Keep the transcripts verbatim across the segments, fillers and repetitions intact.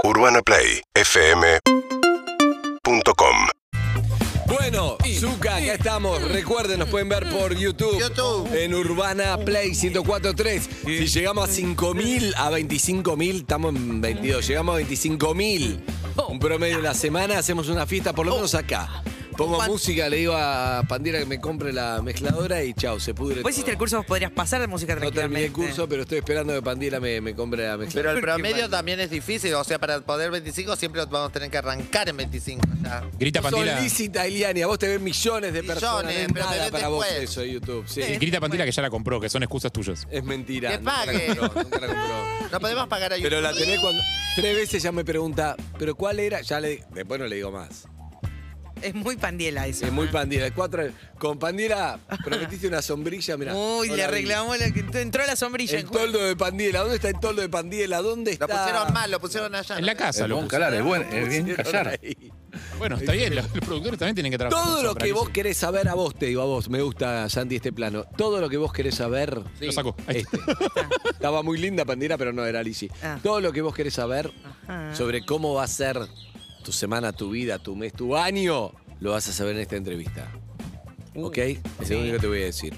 urbana play f m punto com. Bueno, Zucca, acá estamos. Recuerden, nos pueden ver por YouTube. YouTube. En Urbana Play ciento cuatro punto tres. Si llegamos a cinco mil, a veinticinco mil, estamos en veintidós. Llegamos a veinticinco mil. Un promedio de la semana, hacemos una fiesta, por lo menos acá. Pongo música, le digo a Pandira que me compre la mezcladora y chao, se pudre. Vos hiciste el curso, vos podrías pasar de música No tranquilamente. terminé el curso, pero estoy esperando que Pandira me, me compre la mezcladora. Pero el promedio también es difícil, o sea, para poder veinticinco siempre vamos a tener que arrancar en veinticinco ya. Grita Pandila. Son lícita, Iliani. A vos te ven millones de Millones, personas. No es pero me nada ven para vos después. eso de YouTube. Sí. Y grita Pandila que ya la compró, que son excusas tuyas. Es mentira. Que nunca la pague. compró, nunca la compró. No podemos pagar a YouTube. Pero la tenés cuando. Tres veces ya me pregunta, ¿pero cuál era? Ya le. Después no le digo más. Es muy pandiela eso. Es muy ¿eh? Pandira. Cuatro, con Pandira prometiste una sombrilla, mirá. Uy, no le la vi. arreglamos la que entró la sombrilla. El toldo de Pandila. ¿Dónde está el toldo de Pandila? ¿Dónde está? Lo pusieron mal, lo pusieron allá. En la casa Es lo bon puso. calar, es, buen, es bien Pusieron callar. ahí. Bueno, está bien, los, los productores también tienen que trabajar. Todo con lo eso, que vos para querés saber, a vos te digo, a vos. Me gusta, Sandy, este plano. Todo lo que vos querés saber. que- Lo sacó. Ahí está. Este. Estaba muy linda Pandira, pero no era Lizzy. Ah. Todo lo que vos querés saber Ajá. sobre cómo va a ser tu semana, tu vida, tu mes, tu año, lo vas a saber en esta entrevista. ¿Ok? Es lo único que te voy a decir.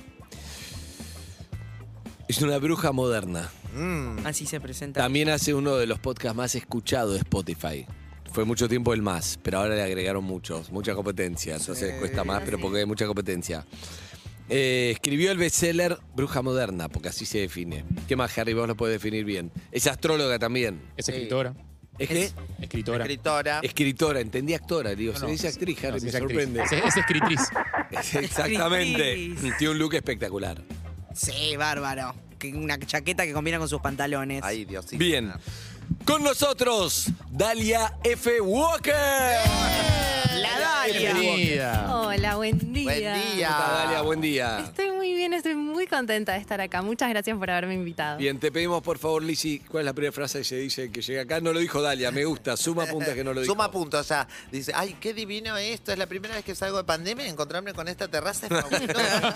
Es una bruja moderna. Mm. Así se presenta. También hace uno de los podcasts más escuchados de Spotify. Fue mucho tiempo el más, pero ahora le agregaron muchos, mucha competencia. Entonces cuesta más, pero porque hay mucha competencia. Eh, escribió el bestseller Bruja Moderna, porque así se define. ¿Qué más, Harry? Vos lo podés definir bien. Es astróloga también. Es Sí. escritora. ¿Es qué? Es- Escritora. Escritora. Escritora, entendí actora. Digo, No, se no, dice es- actriz, Harry, no, se me dice actriz. sorprende. Es, es escritriz. Exactamente. Escritriz. Tiene un look espectacular. Sí, bárbaro. Que una chaqueta que combina con sus pantalones. Ay, Dios. sí. Bien. Con nosotros, Dalia F. Walker. La Dalia. Bienvenida. Hola, buen día. Buen día. ¿Cómo está, Dalia? Buen día. Estoy muy bien, estoy muy contenta de estar acá. Muchas gracias por haberme invitado. Bien, te pedimos por favor, Lizzy, ¿cuál es la primera frase que se dice que llega acá? No lo dijo Dalia, me gusta. Suma puntas que no lo dijo. Suma puntos, o sea, dice, ay, qué divino esto, es la primera vez que salgo de pandemia y encontrarme con esta terraza es fabuloso.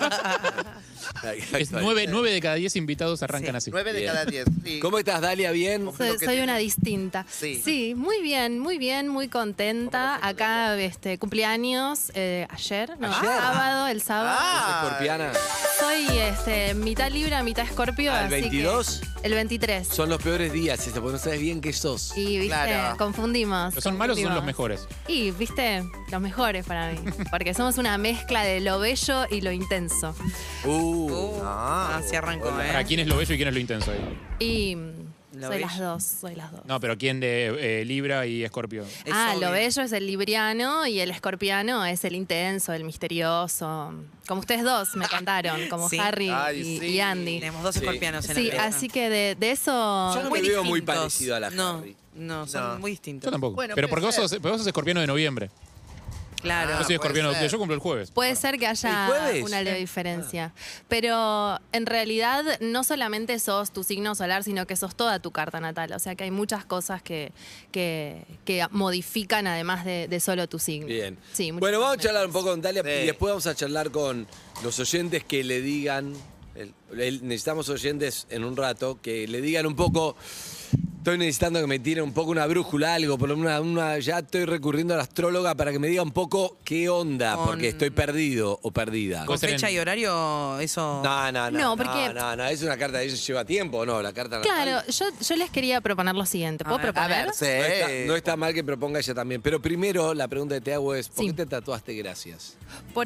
Es nueve, nueve de cada diez invitados arrancan Sí. así. Nueve de Bien. cada diez. Sí. ¿Cómo estás, Dalia? ¿Bien? Soy, lo que soy tiene. una distinta. Sí. muy bien, muy bien, muy contenta. Acá este, cumpleaños eh, ayer, no, Ayer. sábado, el sábado. Ah. ¿Sos escorpiana? Soy este, mitad Libra, mitad Escorpio. Ah, ¿el así que- veintidós? el veintitrés. Son los peores días, este, porque no sabes bien qué sos. Y, viste, Claro. confundimos. ¿Los son malos o son los confundimos. mejores? Y, viste, los mejores para mí. Porque somos una mezcla de lo bello y lo intenso. Uh, Uh, Ah. así arrancó, ¿eh? ¿Para quién es lo bello y quién es lo intenso ahí? Y mm, Lo soy bello. las dos, soy las dos. No, pero ¿quién de eh, Libra y Escorpio? Es ah, obvio. lo bello es el libriano y el escorpiano es el intenso, el misterioso. Como ustedes dos me contaron, como Sí. Harry Ay, y, sí. y Andy. Tenemos dos Sí. escorpianos en Sí, la casa. así que de, de eso... Yo no Muy me veo muy distintos. parecido a la No, Harry. no, son No. muy distintos. Yo tampoco. Bueno, pero puede porque vos sos, ser. porque vos sos escorpiano de noviembre. Claro. Ah, yo soy puede escorpiano de ser. octubre. Yo cumplo el jueves. Puede ser que haya ¿El jueves? una leve diferencia. Pero en realidad no solamente sos tu signo solar, sino que sos toda tu carta natal. O sea que hay muchas cosas que, que, que modifican además de, de solo tu signo. Bien. Sí, muchas bueno, vamos a cosas. charlar un poco con Dalia Sí. y después vamos a charlar con los oyentes que le digan. el- el- necesitamos oyentes en un rato que le digan un poco. Estoy necesitando que me tiren un poco una brújula, algo, por una, una, ya estoy recurriendo a la astróloga para que me diga un poco qué onda, Con- porque estoy perdido o perdida. ¿Con Puede ser fecha en- y horario eso? No, no, no. No, porque- No, no, es una carta, eso lleva tiempo, ¿o no? La carta Claro, natal. yo, yo les quería proponer lo siguiente. ¿Puedo A ver, proponer? A ver, sí. No está, no está mal que proponga ella también. Pero primero, la pregunta que te hago es: ¿por Sí. qué te tatuaste gracias?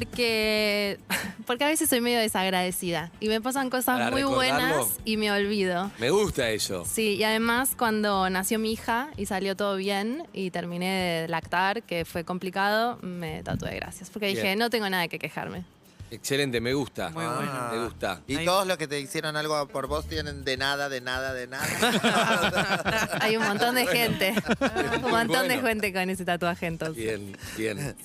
Porque, porque a veces soy medio desagradecida y me pasan cosas ¿Para muy recordarlo? buenas y me olvido. Me gusta eso. Sí, y además cuando nació mi hija y salió todo bien y terminé de lactar, que fue complicado, me tatué gracias. Porque dije, Bien. no tengo nada que quejarme. Excelente, me gusta. Muy bueno. Me gusta. Y Ahí- todos los que te hicieron algo por vos tienen de nada, de nada, de nada. Hay un montón de gente, un montón de bueno. gente con ese tatuaje entonces. Bien, bien. Sí.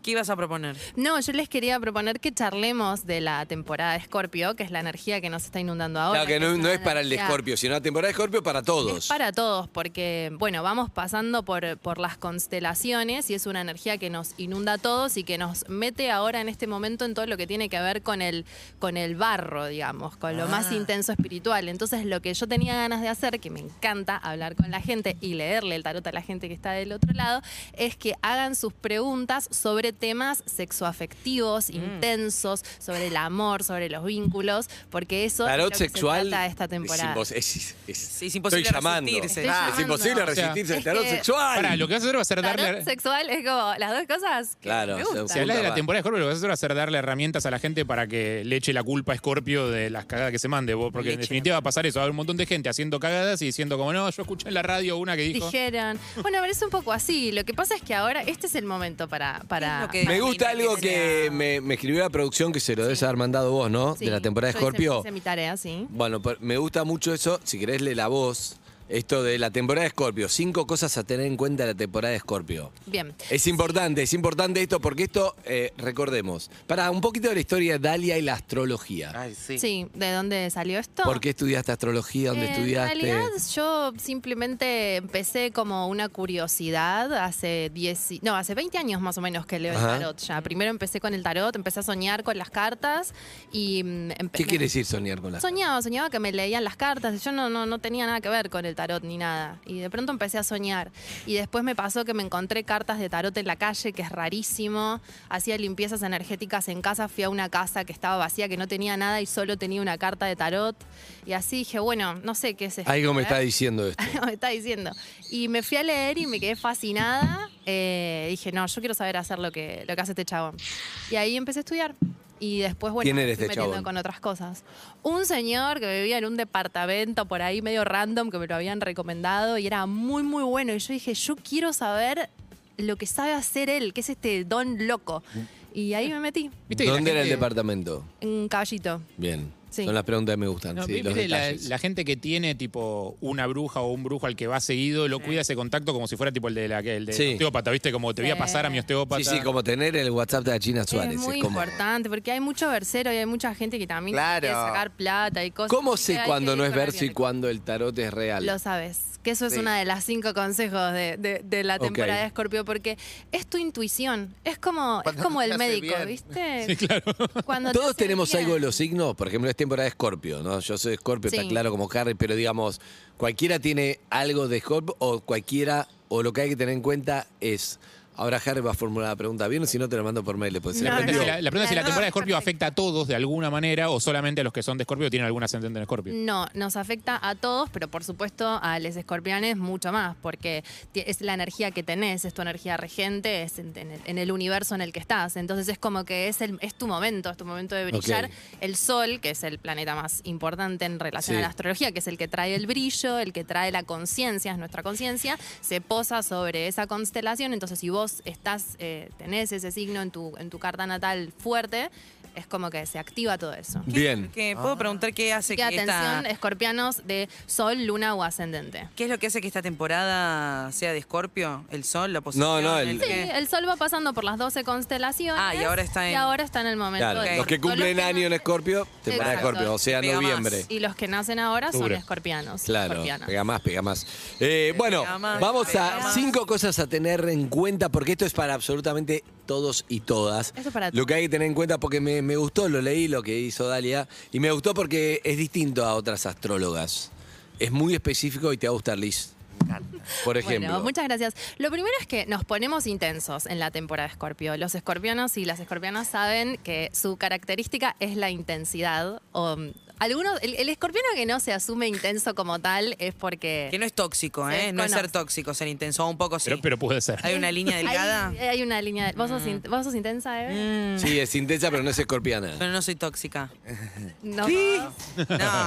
¿Qué ibas a proponer? No, yo les quería proponer que charlemos de la temporada de Escorpio, que es la energía que nos está inundando ahora. Claro, que no, es no una es para el de energía- Escorpio, sino la temporada de Escorpio para todos. Es para todos, porque, bueno, vamos pasando por, por las constelaciones y es una energía que nos inunda a todos y que nos mete ahora en este momento en todo lo que tiene que ver con el, con el barro, digamos, con lo más intenso espiritual. Entonces, lo que yo tenía ganas de hacer, que me encanta hablar con la gente y leerle el tarot a la gente que está del otro lado, es que hagan sus preguntas sobre temas sexoafectivos, intensos, sobre el amor, sobre los vínculos, porque eso Tarot es lo que sexual se trata de esta temporada. Es, impos- es- es- es imposible estoy llamando. resistirse. Estoy Es llamando. imposible O sea, resistirse al es tarot que- sexual. Pará, lo que vas a hacer va a ser Tarot darle... sexual es como las dos cosas. que Claro, me o sea, gustan. Si hablas de la Puta temporada de Scorpio, lo que vas a hacer va a ser darle herramientas a la gente para que le eche la culpa a Scorpio de las cagadas que se mande. vos, Porque en Leche. definitiva va a pasar eso. Va a haber un montón de gente haciendo cagadas y diciendo como, no, yo escuché en la radio una que dijo... Dijeron. Bueno, pero es un poco así. Lo que pasa es que ahora este es el momento para. para ¿Qué es lo que- Me gusta Imagina algo que que sea- me, me escribió la producción, que se lo debes haber mandado vos, ¿no? Sí, de la temporada de yo hice- Escorpio. hice mi tarea, sí. Bueno, pues, me gusta mucho eso. Si querés, lee la voz. Esto de la temporada de Escorpio. Cinco cosas a tener en cuenta de la temporada de Escorpio. Bien. Es importante, es importante esto porque esto, eh, recordemos, para un poquito de la historia de Dalia y la astrología. Ay, sí. Sí, ¿de dónde salió esto? ¿Por qué estudiaste astrología? ¿Dónde En estudiaste? realidad yo simplemente empecé como una curiosidad hace diez, y- no, hace veinte años más o menos que leo Ajá. el tarot ya. Primero empecé con el tarot, empecé a soñar con las cartas y mm, empe- ¿Qué me- quiere decir soñar con la Soñaba, soñaba que me leían las cartas. Yo no, no, no tenía nada que ver con el tarot ni nada. Y de pronto empecé a soñar. Y después me pasó que me encontré cartas de tarot en la calle, que es rarísimo. Hacía limpiezas energéticas en casa. Fui a una casa que estaba vacía, que no tenía nada y solo tenía una carta de tarot. Y así dije, bueno, no sé qué es esto. Algo me ¿eh? está diciendo esto. me está diciendo. Y me fui a leer y me quedé fascinada. Eh, dije, no, yo quiero saber hacer lo que, lo que hace este chabón. Y ahí empecé a estudiar. Y después, bueno, ¿Quién me era fui este metiendo chabón? con otras cosas. Un señor que vivía en un departamento por ahí medio random que me lo habían recomendado y era muy, muy bueno. Y yo dije, yo quiero saber lo que sabe hacer él, que es este don loco. Y ahí me metí, ¿Viste que la ¿Dónde era el gente- departamento? en Caballito. Bien. Sí. Son las preguntas que me gustan. No, sí, los ¿viste la, detalles. la gente que tiene tipo una bruja o un brujo al que va seguido, lo cuida ese contacto como si fuera tipo el de la el de Sí. osteópata, ¿viste? Como te voy a Sí. pasar a mi osteópata. Sí, sí, como tener el WhatsApp de la China Suárez. Es muy como- importante porque hay mucho versero y hay mucha gente que también Claro. quiere sacar plata y cosas. ¿Cómo así sé que hay cuándo que no es ir con verso y alguien. cuándo el tarot es real? Lo sabes. Que eso es Sí. una de las cinco consejos de, de- de la temporada Ok. de Escorpio, porque es tu intuición. Es como, es Cuando como te el hace médico, bien. ¿viste? Sí, claro. Cuando te Todos hace tenemos bien. algo de los signos, por ejemplo, es temporada de Escorpio, ¿no? Yo soy de Escorpio, está Sí. claro como Harry, pero digamos, cualquiera tiene algo de Escorpio o cualquiera, o lo que hay que tener en cuenta es, ahora Harry va a formular la pregunta bien, o si no te la mando por mail después. No, La pregunta, no. es si la, la pregunta es si la No, temporada de Scorpio perfecto. afecta a todos de alguna manera o solamente a los que son de Scorpio tienen algún ascendente en Scorpio. No, nos afecta a todos, pero por supuesto a los escorpianes mucho más, porque ti- es la energía que tenés, es tu energía regente, es en, en el, en el universo en el que estás. Entonces es como que es, el, es tu momento, es tu momento de brillar. Ok. El Sol, que es el planeta más importante en relación Sí. a la astrología, que es el que trae el brillo, el que trae la conciencia, es nuestra conciencia, se posa sobre esa constelación. Entonces si vos estás, eh, tenés ese signo en tu, en tu carta natal fuerte, es como que se activa todo eso. Bien. Que ¿Puedo preguntar qué hace Y que atención, esta, escorpianos de Sol, Luna o Ascendente. qué es lo que hace que esta temporada sea de Escorpio? ¿El sol, la posición? no, el- Sí, qué? el Sol va pasando por las doce constelaciones. Ah, y ahora está en- Y ahora está en el momento Claro, de los que cumplen Solo año en na- Escorpio, temporada de Exacto. Escorpio, o sea, Pega más. noviembre. Y los que nacen ahora son Dura. escorpianos. Claro, escorpianas. pega más, pega más. Eh, bueno, Pega más, vamos pega a más. cinco cosas a tener en cuenta, porque esto es para absolutamente todos y todas. Esto es para Lo todos. que hay que tener en cuenta, porque me, me gustó, lo leí, lo que hizo Dalia, y me gustó porque es distinto a otras astrólogas. Es muy específico y te va a gustar, Liz. Por ejemplo. Bueno, muchas gracias. Lo primero es que nos ponemos intensos en la temporada de Escorpio. Los escorpianos y las escorpianas saben que su característica es la intensidad. O, mm, algunos, el, el escorpiano que no se asume intenso como tal es porque... Que no es tóxico, Se ¿eh? No es ser desconoce. tóxico, ser intenso, un poco sí. Pero, pero puede ser. Hay una línea delgada. Hay, hay una línea... ¿Vos, sos, in- ¿Vos sos intensa, Eve? Mm, Sí, es intensa, pero no es escorpiana. pero no soy tóxica. No. No.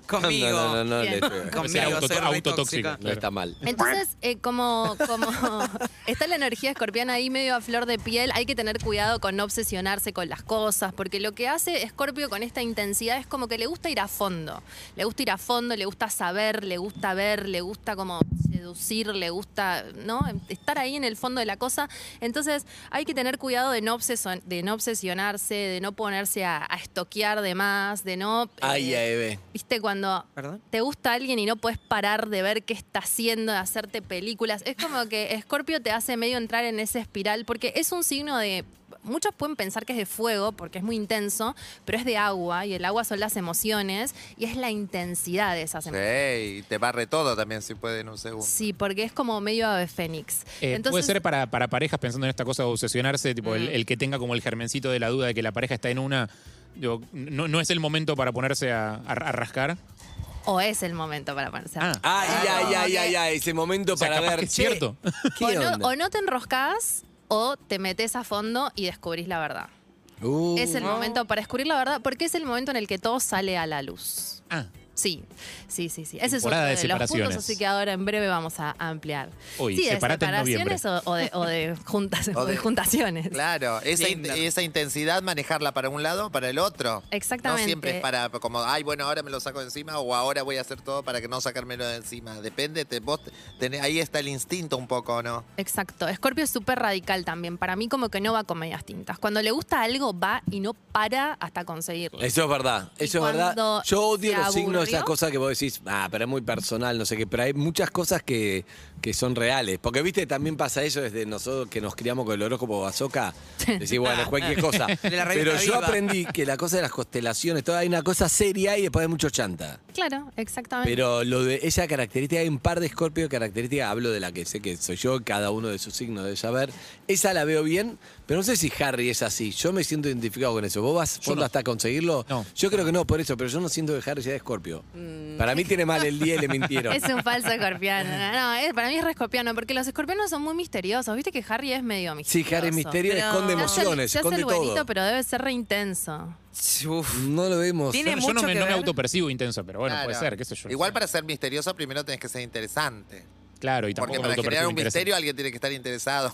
Conmigo. No, no, no, no, Bien. le- Puede ser Conmigo, auto- soy re autotóxica. tóxica. no está mal. Entonces, eh, como, como está la energía escorpiana ahí medio a flor de piel, hay que tener cuidado con no obsesionarse con las cosas, porque lo que hace Escorpio con esta intensidad es como que le gusta ir a fondo. Le gusta ir a fondo, le gusta saber, le gusta ver, le gusta como seducir, le gusta, ¿no? Estar ahí en el fondo de la cosa. Entonces, hay que tener cuidado de no, obseso- de no obsesionarse, de no ponerse a, a estoquear de más, de no... Ay, eh, ay, ve. ¿Viste cuando ¿Perdón? te gusta alguien y no puedes parar de ver qué está haciendo, de hacerte películas? Es como que Escorpio te hace medio entrar en esa espiral porque es un signo de... Muchos pueden pensar que es de fuego porque es muy intenso, pero es de agua y el agua son las emociones y es la intensidad de esas emociones. Sí, y te barre todo también si puede en un segundo. Sí, porque es como medio ave fénix. Eh, Entonces, puede ser para, para parejas pensando en esta cosa de obsesionarse, tipo el, el que tenga como el germencito de la duda de que la pareja está en una. Digo, no, no es el momento para ponerse a, a- a rascar. o es el momento para ponerse a- Ah, Ay, ay, ay, ay, ay, ese momento o sea, para capaz ver. que es che, cierto. ¿Qué o, onda? no, o no te enroscás o te metes a fondo y descubrís la verdad. Uh, Es el momento para descubrir la verdad porque es el momento en el que todo sale a la luz. Ah, Sí, sí, sí, sí. Ese es uno Temporada de, de los puntos, separaciones. así que ahora en breve vamos a ampliar. Uy, sí, de separate en separaciones o, o de, o de juntas, O o de de- juntaciones. Claro, esa, in- Lindo. esa intensidad manejarla para un lado o para el otro. Exactamente. No siempre es para como, ay, bueno, ahora me lo saco de encima o ahora voy a hacer todo para que no sacármelo de encima. Depende, te, vos tenés, ahí está el instinto un poco, ¿no? Exacto. Escorpio es súper radical también. Para mí como que no va con medias tintas. Cuando le gusta algo va y no para hasta conseguirlo. Eso es verdad, Y eso es verdad. cuando Yo odio se los signos, aburrió- esas cosas que vos decís, ah, pero es muy personal, no sé qué, pero hay muchas cosas que, que son reales. Porque, viste, también pasa eso desde nosotros que nos criamos con el horóscopo bazooka. Decir, bueno, es cualquier cosa. De la revista Pero yo Viva. aprendí que la cosa de las constelaciones, todo hay una cosa seria y después hay mucho chanta. Claro, exactamente. Pero lo de esa característica, hay un par de Escorpio características, hablo de la que sé que soy yo, cada uno de sus signos debe saber. Esa la veo bien, pero no sé si Harry es así. Yo me siento identificado con eso. ¿Vos vas fondo no. hasta conseguirlo? No. Yo creo que no, por eso, pero yo no siento que Harry sea de Escorpio. Para mí tiene mal el día y le mintieron. Es un falso escorpiano. No, no, es- para mí es re escorpiano, porque los escorpianos son muy misteriosos. Viste que Harry es medio Sí, misterioso. Harry Misterio Pero- esconde Se hace el- emociones, se hace esconde el buenito, todo. pero debe ser re intenso. Uf. No lo vemos. Tiene yo no mucho me, que no me ver. autopercibo intenso, pero bueno, Claro. puede ser, qué sé yo. Igual para ser misterioso primero tenés que ser interesante. Claro, y Porque tampoco me para autopercibo generar un interesante. misterio alguien tiene que estar interesado.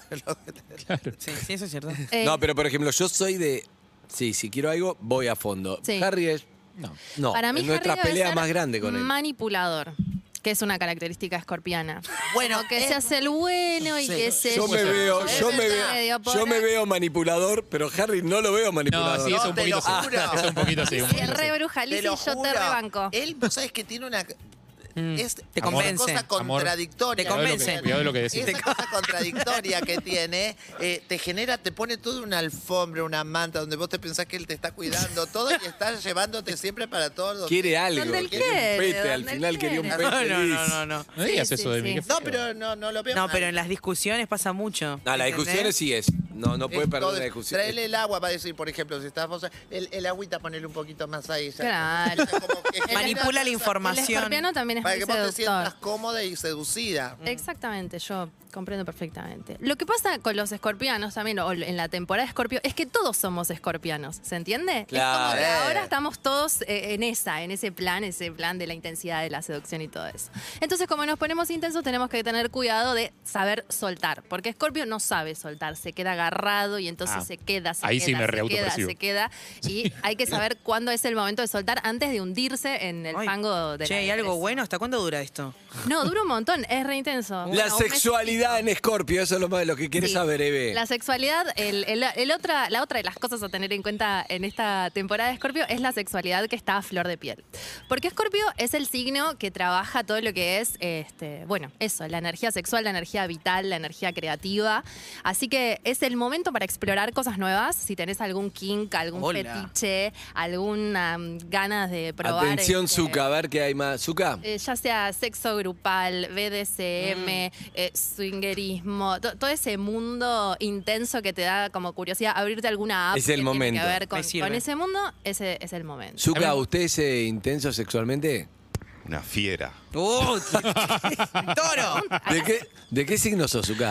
Sí, sí, eso es cierto. Eh, No, pero por ejemplo, yo soy de. Sí, si quiero algo, voy a fondo. Sí. Harry es. No. No, para mí es nuestra Harry debe pelea ser más grande con él. manipulador, que es una característica escorpiana. Bueno, Como que eh, se hace el bueno y sí. que se... Yo me veo, Es yo me verdad. veo, Medio yo me por- veo manipulador, pero Harry no lo veo No, manipulador. sí, eso No, un te poquito lo sí. juro. Eso un poquito sí. un Sí, poquito re sí. bruja Te Lizzy, lo yo te juro. rebanco. Él, vos sabés que tiene una... Mm, Es te una convence. cosa Amor. contradictoria. Te convence. Cuidado de lo que decís. Esa cosa contradictoria que tiene, eh, te genera, te pone toda una alfombra, una manta, donde vos te pensás que él te está cuidando todo y está llevándote siempre para todo. Quiere algo, ¿Dónde él quiere un quiere? pete, al ¿Dónde él final quería un quiere? pete. No, no, Liz. no, no, no. No digas Sí, eso sí, de mí. sí. qué No, feo. pero no, no lo veo No, mal. pero en las discusiones pasa mucho. No, las ¿entendés? discusiones sí es. No, no puede Es perder todo- una discusión. Traele el agua, va a decir, por ejemplo, si estás vos, el, el agüita ponerle un poquito más ahí. ya. Claro. Como que genera Manipula la esa- El información. escorpiano también es Para muy que vos te seductor. sientas cómoda y seducida. Exactamente, yo comprendo perfectamente. Lo que pasa con los escorpianos también, o en la temporada de Escorpio, es que todos somos escorpianos, ¿se entiende? Claro. Es como que Eh. ahora estamos todos eh, en esa, en ese plan, ese plan de la intensidad de la seducción y todo eso. Entonces, como nos ponemos intensos, tenemos que tener cuidado de saber soltar, porque Escorpio no sabe soltar, se queda agarrado y entonces Ah, se queda, se ahí queda, sí me se queda, reautopercibo. se queda, y hay que saber cuándo es el momento de soltar antes de hundirse en el Ay, fango de Che, la ¿hay algo depresión. bueno? ¿Hasta cuándo dura esto? No, dura un montón, es re intenso. La Bueno, un sexualidad en Escorpio, eso es lo, más, lo que quieres Sí. saber, Eve. La sexualidad, el, el- el otra, la otra de las cosas a tener en cuenta en esta temporada de Escorpio es la sexualidad que está a flor de piel. Porque Escorpio es el signo que trabaja todo lo que es, este, bueno, eso, la energía sexual, la energía vital, la energía creativa. Así que es el momento para explorar cosas nuevas. Si tenés algún kink, algún Hola. fetiche, alguna mm, ganas de probar. Atención, este, Zuka, a ver qué hay más. Zuka. eh, ya sea sexo grupal, B D S M, Mm. eh, swingerismo, to- todo ese mundo intenso que te da como curiosidad, abrirte alguna app Es el que momento. tiene que ver con, Me sirve. con ese mundo, ese es el momento. Zuka, A mí- ¿usted es eh, intenso sexualmente? Una fiera. ¡Uh! qué- ¡Toro! ¿De qué, ¿De qué signo sos, Zuka?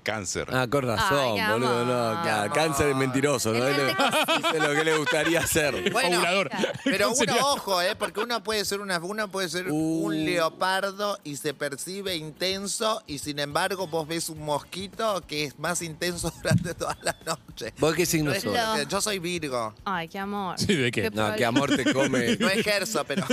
Cáncer. Ah, con razón, Ay, qué boludo. No, amor. claro, Qué cáncer es amor. mentiroso, ¿no? El Es lo, mente- es lo que le gustaría hacer. Bueno, Ovulador. pero ¿Cómo sería? uno, ojo, ¿eh? Porque uno puede ser una, uno puede ser Uh. un leopardo y se percibe intenso y sin embargo vos ves un mosquito que es más intenso durante toda la noche. ¿Vos qué signo No es sos? lo que- yo soy Virgo. Ay, qué amor. Sí, ¿de qué? No, que amor te come. No ejerzo, pero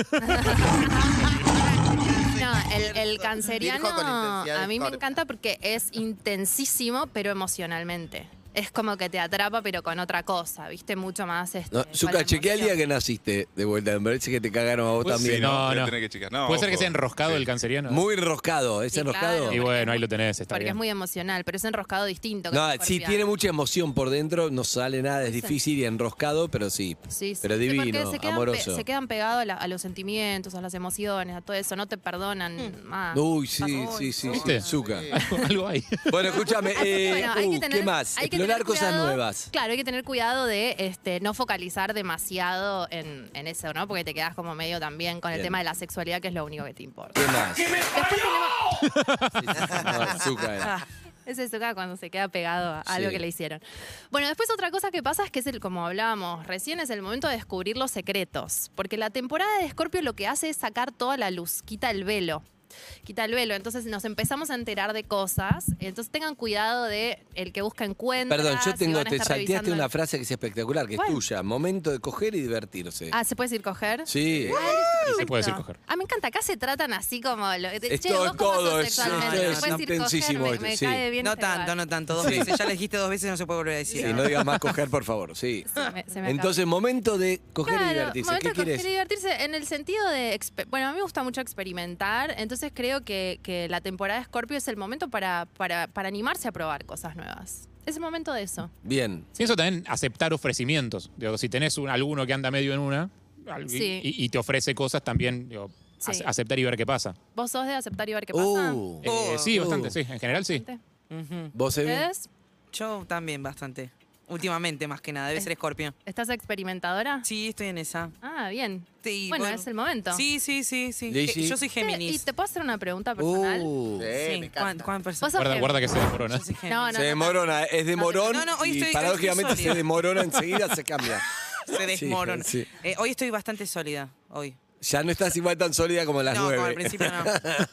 No, el, el canceriano Virgo con intensidad de a mí me Scorpio. encanta porque es intensísimo, pero emocionalmente. Es como que te atrapa, pero con otra cosa, ¿viste? Mucho más. Este, No, con Zucca, la chequea el día emoción. que naciste de vuelta. Me parece que te cagaron a vos Pues también. sí, no, voy a no. tener que checar. No, ¿Puede ser que ojo. sea enroscado Sí. el canceriano? Muy enroscado. ¿Es Sí, enroscado? claro. Y bueno, ahí lo tenés, está Porque bien. es muy emocional, pero es enroscado distinto. que No, el sí, escorpiano. tiene mucha emoción por dentro. No sale nada, es Sí. difícil y enroscado, pero sí. Sí, sí, Pero sí, porque divino, se quedan, amoroso. pe- se quedan pegados a, la- a los sentimientos, a las emociones, a todo eso. No te perdonan más. Uy, sí, Pasa- sí, sí, ¿Viste? sí, Zucca. Algo, algo hay. Bueno, escúchame, eh, Bueno, hay uh, que tener- ¿qué más? hay que Explorar tener cosas cuidado- nuevas. Claro, hay que tener cuidado de este, no focalizar demasiado en, en eso, ¿no? Porque te quedas como medio también con el Bien. tema de la sexualidad, que es lo único que te importa. ¿Qué más? Después tenemos... No, Zucca era. Ah, es eso acá cuando se queda pegado a algo Sí. que le hicieron. Bueno, después otra cosa que pasa es que es el, como hablábamos recién, es el momento de descubrir los secretos. Porque la temporada de Escorpio lo que hace es sacar toda la luz, quita el velo. Quita el velo, entonces nos empezamos a enterar de cosas. Entonces tengan cuidado de el que busca encuentra. Perdón, yo si tengo, van a te estar salteaste revisando una el- frase que es espectacular, que ¿Cuál? es tuya. Momento de coger y divertirse. Ah, ¿se puede decir coger? Sí. Y se puede decir Perfecto. coger. Ah, me encanta. Acá se tratan así como... Lo, de, Es che, todo- ¿vos cómo sos todo, es- sexualmente? es- ¿Me es puedes decir intensísimo coger? este, Me, me sí. cae bien No este tanto, lugar. no tanto. Dos Sí. veces. Ya le dijiste dos veces y no se puede volver a decir. Sí, no digas más coger, por favor. Sí. Se me- se me Entonces, momento de coger y Claro, divertirse. momento ¿Qué de coger quieres? y divertirse en el sentido de... exper- Bueno, a mí me gusta mucho experimentar, entonces creo que, que la temporada de Scorpio es el momento para, para, para animarse a probar cosas nuevas. Es el momento de eso. Bien. Sí, eso también, aceptar ofrecimientos. Digo, si tenés un, alguno que anda medio en una al- y- Sí. y, y te ofrece cosas, también digo, Sí. ace- aceptar y ver qué pasa. ¿Vos sos de aceptar y ver qué pasa? Uh, Eh, Oh. sí, Uh. bastante, sí. En general, sí. Ujú. ¿Vos, Evi? ¿Ustedes? Yo también bastante. Últimamente, más que nada. Debe ser Scorpio. ¿Estás experimentadora? Sí, estoy en esa. Ah, bien. Sí, Bueno, es el momento. Sí, sí, sí, sí. Lizzy. Yo soy ¿Y Géminis. te puedo hacer una pregunta personal? Uh. Sí, Sí, me ¿cuán- encanta. cuán ¿Vos perso- sos Guarda, Géminis? guarda que se demorona. Yo soy Géminis. No, no, Se no. demorona, es de morón no, no, hoy y estoy- paradójicamente estoy se sólida. demorona enseguida, se cambia. Se desmorona. sí. Eh, hoy estoy bastante sólida. Hoy. Ya no estás igual tan sólida como a las no, nueve. como al principio no.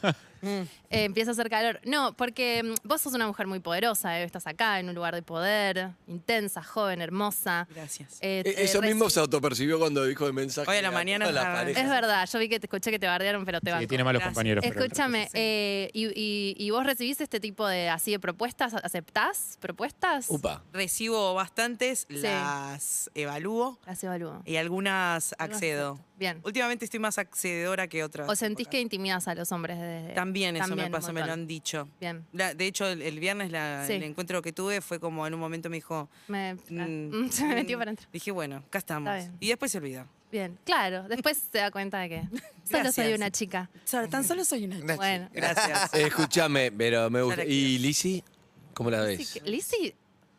Eh, empieza a hacer calor. No, porque mm, vos sos una mujer muy poderosa, ¿eh? Estás acá en un lugar de poder, intensa, joven, hermosa. Gracias. Eh, Eh, te Eso reci- mismo se autopercibió cuando dijo el mensaje. Hoy a la mañana todas las estaba- parejas. Es verdad, yo vi que te escuché que te bardearon, pero te Sí, banco. tiene malos Gracias. compañeros. pero- Escúchame, Sí. eh, y, y- y vos recibís este tipo de así de propuestas? ¿Aceptás propuestas? Upa. Recibo bastantes, las evalúo Las evalúo. y algunas Algunas accedo. acepto. Bien. Últimamente estoy más accededora que otras. ¿O sentís que épocas. intimidas a los hombres desde También eso También me un pasa, me lo montón. han dicho. Bien. La- de hecho, el, el viernes la- Sí. el encuentro que tuve fue como en un momento me dijo. Me, ah, mm, se me metió mm, para adentro. Dije, bueno, acá estamos. Está bien. Y después se olvida. Bien, claro. Después se da cuenta de que solo soy Gracias. una chica. Solo- tan solo soy una. Una Bueno. Gracias. Eh, Escúchame, pero me gusta. Ya la ¿Y quiero. Lizzy? ¿Cómo la ves? Lizzy, Lizzy,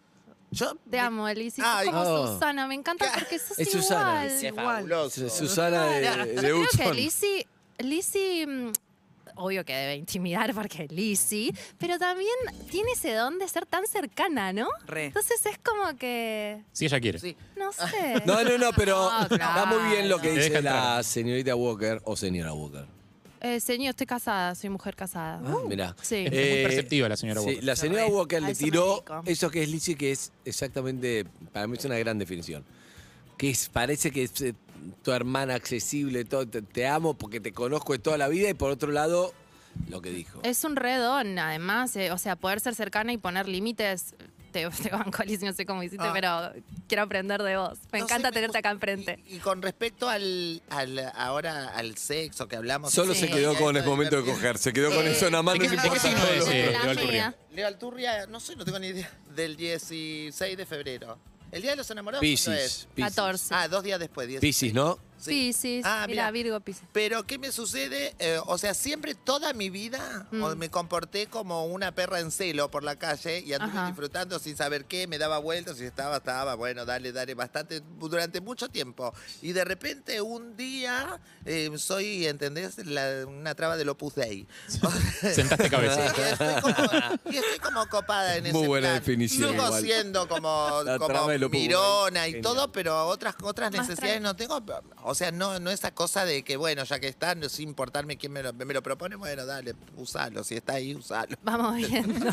Yo te amo, Lizzy. Ay, Sos como oh. Susana, me encanta porque sos Es igual. Susana. es fabuloso. Susana de, Yo de creo que Hudson. Lizzy, Lizzy, mm, obvio que debe intimidar porque es Lizzy, pero también tiene ese don de ser tan cercana, ¿no? Re. Entonces es como que, Si ella quiere. Sí. no sé. No, no, no, pero No, va muy bien lo que Te dice deja la entrar. señorita Walker o señora Walker. Eh, señor, estoy casada, soy mujer casada. Uh, Mirá. Sí. Es muy perceptiva la señora sí, Walker. la señora Re. Walker A le eso me tiró dedico. eso que es Lizzy, que es exactamente, para mí es una gran definición. Que es, parece que es eh, tu hermana accesible, todo, te, te amo porque te conozco de toda la vida y por otro lado, lo que dijo. Es un redón, además, eh, o sea, poder ser cercana y poner límites. Te, te banco, Liz, no sé cómo hiciste, Ah. pero quiero aprender de vos. Me No encanta sé, me tenerte gusta. acá enfrente. Y, y con respecto al, al ahora al sexo que hablamos. Solo Sí. se quedó con el Esto momento de divertir- coger, se quedó con Eh, eso nada más, ¿de no qué- le de qué importa signo todo es, lo eh, otro. La Leo Alturria? mía. Leo Alturria, no sé, no tengo ni idea. Del dieciséis de febrero. ¿El Día de los Enamorados cuándo Piscis, es? Piscis. catorce. Ah, dos días después. dieciséis. Piscis, ¿no? Sí, sí, Ah, mira, mira. Virgo, Piscis. Pero, ¿qué me sucede? Eh, o sea, siempre, toda mi vida, Mm. o me comporté como una perra en celo por la calle y anduve Ajá. disfrutando sin saber qué, me daba vueltas y estaba, estaba, bueno, dale, dale, bastante, durante mucho tiempo. Y de repente, un día, eh, soy, ¿entendés? La- una traba del Opus Dei. Sentaste cabeza. Sí, y, estoy como, y estoy como copada en Muy ese buena plan. definición, Sigo igual. siendo como, La como trama del Opus Dei. mirona y Genial. todo, pero otras, otras Más necesidades tranqui. no tengo. O sea, no, no esa cosa de que, bueno, ya que está, no- sin importarme quién me lo, me lo propone, bueno, dale, usalo. Si está ahí, usalo. Vamos viendo.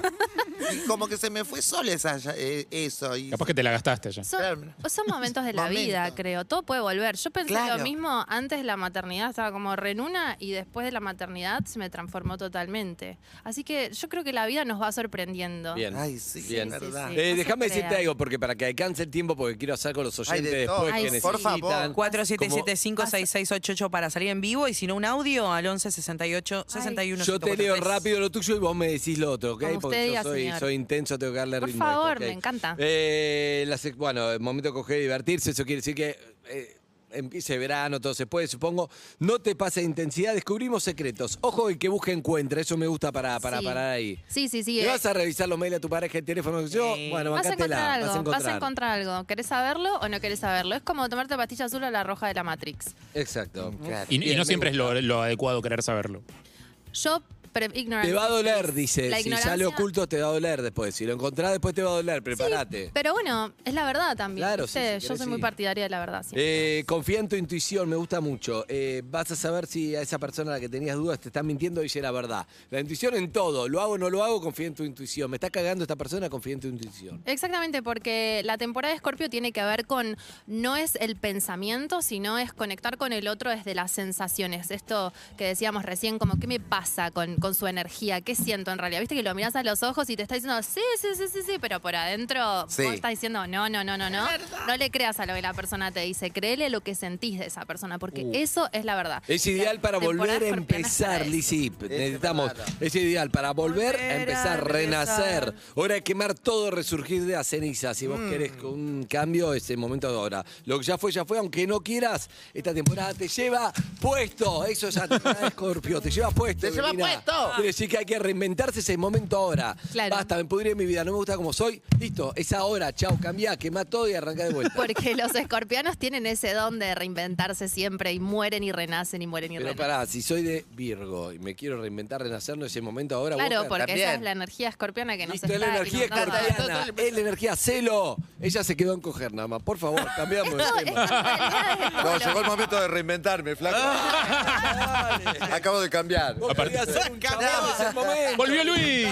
Y como que se me fue sola esa, eh, eso. Y, Capaz que te la gastaste ya. Son, Claro. son momentos de la Momento. vida, creo. Todo puede volver. Yo pensé Claro. lo mismo antes de la maternidad, estaba como re en una, y después de la maternidad se me transformó totalmente. Así que yo creo que la vida nos va sorprendiendo. Bien. Ay, sí, Bien. es verdad. sí. Eh, No se déjame decirte crean. algo, porque para que alcance el tiempo, porque quiero hacer con los Ay, oyentes de todo. después Ay, que sí. necesitan. Por favor. cuatro siete siete, cinco seis seis ocho ocho para salir en vivo y si no un audio al once sesenta y ocho sesenta y uno. Yo te leo rápido lo tuyo y vos me decís lo otro, ¿ok? Como Porque usted yo diga, soy, señor. soy intenso, tengo que darle Por ritmo a esto, favor, ¿ok? me encanta. Eh, la sec- bueno, el momento de coger y divertirse, eso quiere decir que eh, empiece verano, todo se puede, supongo. No te pase de intensidad, descubrimos secretos. Ojo, el que busque encuentra, eso me gusta para, para Sí. parar ahí. Sí, sí, sí. ¿Le eh, vas a revisar los mails a tu pareja, el teléfono? Yo, Sí. bueno, Vas a bancátela, encontrar algo, vas a encontrar. vas a encontrar algo. ¿Querés saberlo o no querés saberlo? Es como tomarte pastilla azul o la roja de la Matrix. Exacto. Claro. Y, y Bien, no me siempre es gusta. lo, lo adecuado querer saberlo. Yo, pre ignorancia. Te va a doler, dice. La Si sale ignorancia- oculto, te va a doler después. Si lo encontrás, después te va a doler. Prepárate. Pero bueno, es la verdad también. Claro, sí, ¿viste? si Yo querés, soy muy sí. partidaria de la verdad. siempre. Eh, confía en tu intuición, me gusta mucho. Eh, vas a saber si a esa persona a la que tenías dudas te está mintiendo o dice la verdad. La intuición en todo. Lo hago o no lo hago, confía en tu intuición. Me está cagando esta persona, confía en tu intuición. Exactamente, porque la temporada de Escorpio tiene que ver con, no es el pensamiento, sino es conectar con el otro desde las sensaciones. Esto que decíamos recién, como qué me pasa con, con su energía, qué siento en realidad. Viste que lo mirás a los ojos y te está diciendo, sí, sí, sí, sí, sí, pero por adentro Sí. vos estás diciendo, no, no, no, no, no. No le creas a lo que la persona te dice, créele lo que sentís de esa persona, porque Uh. eso es la verdad. Es ideal para temporada volver a escorpiana es para empezar, eso. Lizzy. Necesitamos. Es ideal para volver, Volver a a empezar, renacer. empezar. Hora de quemar todo, resurgir de las cenizas. Si vos Mm. querés un cambio, es el momento de ahora. Lo que ya fue, ya fue. Aunque no quieras, esta temporada te lleva puesto. Eso es la temporada de Escorpio. Te lleva puesto. Te lleva Evelina. puesto. Quiere decir que hay que reinventarse ese momento ahora. Claro. Basta, me pudrí en mi vida. No me gusta como soy. Listo, es ahora. Chao, cambiá, quemá todo y arranca de vuelta. Porque los escorpianos tienen ese don de reinventarse siempre y mueren y renacen y mueren y Pero renacen. pará, si soy de Virgo y me quiero reinventar, renacer, no es el momento ahora. Claro, Walker. porque también. esa es la energía escorpiona que nos Listo, es está la energía inundando. escorpiana, es la energía celo. Ella se quedó en coger nada más. Por favor, cambiamos de Esto- tema. esto en realidad es como No, lo- llegó el momento de reinventarme, flaco. Acabo de cambiar. Vos querías ser un chabón, es el momento. ¡Volvió Luis!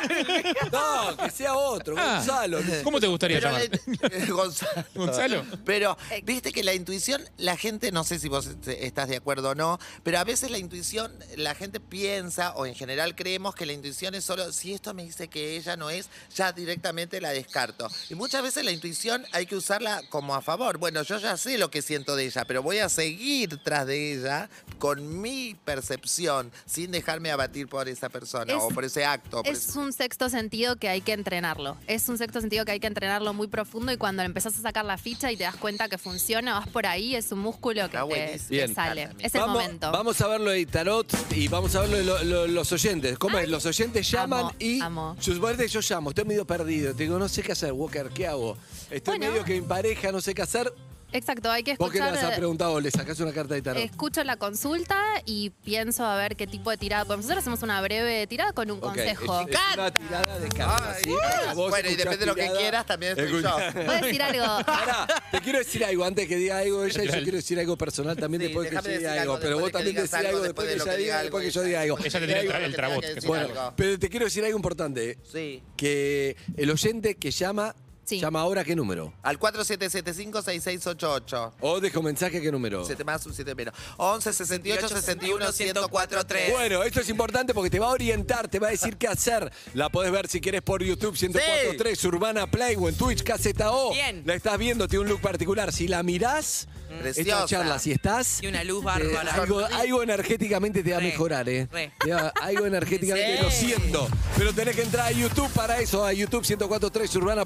No, que sea otro, Ah, Gonzalo. ¿Cómo te gustaría Pero llamar? la- Gonzalo. Gonzalo. Pero, viste que la intuición, la gente, no sé si vos este, estás de acuerdo o no, pero a veces la intuición, la gente piensa, o en general creemos que la intuición es solo, si esto me dice que ella no es, ya directamente la descarto. Y muchas veces la intuición hay que usarla como a favor. Bueno, yo ya sé lo que siento de ella, pero voy a seguir tras de con mi percepción, sin dejarme abatir por esa persona Es- o por ese acto. por Es ese- un sexto sentido que hay que entrenarlo. Es un sexto sentido que hay que entrenarlo muy profundo y cuando empezás a sacar la ficha y te das cuenta que funciona, vas por ahí, es un músculo que Está te, buenísimo. te Bien. sale. Es el vamos, momento. vamos a verlo de tarot y vamos a verlo de lo- lo- los oyentes. ¿Cómo es? Los oyentes llaman Amo, y amo. yo, suponete, yo llamo, estoy medio perdido. Te digo, no sé qué hacer, Walker, ¿qué hago? Estoy Bueno. medio que mi pareja, no sé qué hacer. Exacto, hay que ¿Vos qué le escuchar. has preguntado? ¿Le sacás una carta de tarot? Escucho la consulta y pienso a ver qué tipo de tirada podemos hacer. Hacemos una breve tirada con un Ok, consejo. Es, es una tirada de cartas. Ay, ¿sí? Dios. Vos Bueno, y escuchás depende de lo que tirada, quieras, también estoy yo. escuchá. ¿Puedo decir algo? Pará, te quiero decir algo antes que diga algo ella y yo quiero decir algo personal también Sí, después que déjame yo diga decir algo. algo Pero vos después de que también digas decís algo, algo después que después de ella lo que diga, diga después que algo, yo diga algo. Ella te tiene el tra- el trabot. Tengo que que decir se llama. Bueno, algo. pero te quiero decir algo importante. Sí. Que el oyente que llama, Sí. llama ahora qué número. Al cuatro siete siete cinco seis seis ocho ocho. O deja un mensaje qué número. siete más, un siete menos. once sesenta y ocho sesenta y uno ciento cuatro tres. Bueno, esto es importante porque te va a orientar, te va a decir qué hacer. La podés ver si querés por YouTube ciento cuatro punto tres Urbana Play o en Twitch K Z O. Bien. La estás viendo, tiene un look particular. Si la mirás, esta Preciosa. charla, si estás, Y una luz eh, bárbara. algo, algo energéticamente te va a Re, mejorar, ¿eh? re. Te va- algo energéticamente Sí. lo siento. Pero tenés que entrar a YouTube para eso, a YouTube ciento cuatro punto tres Urbana Play.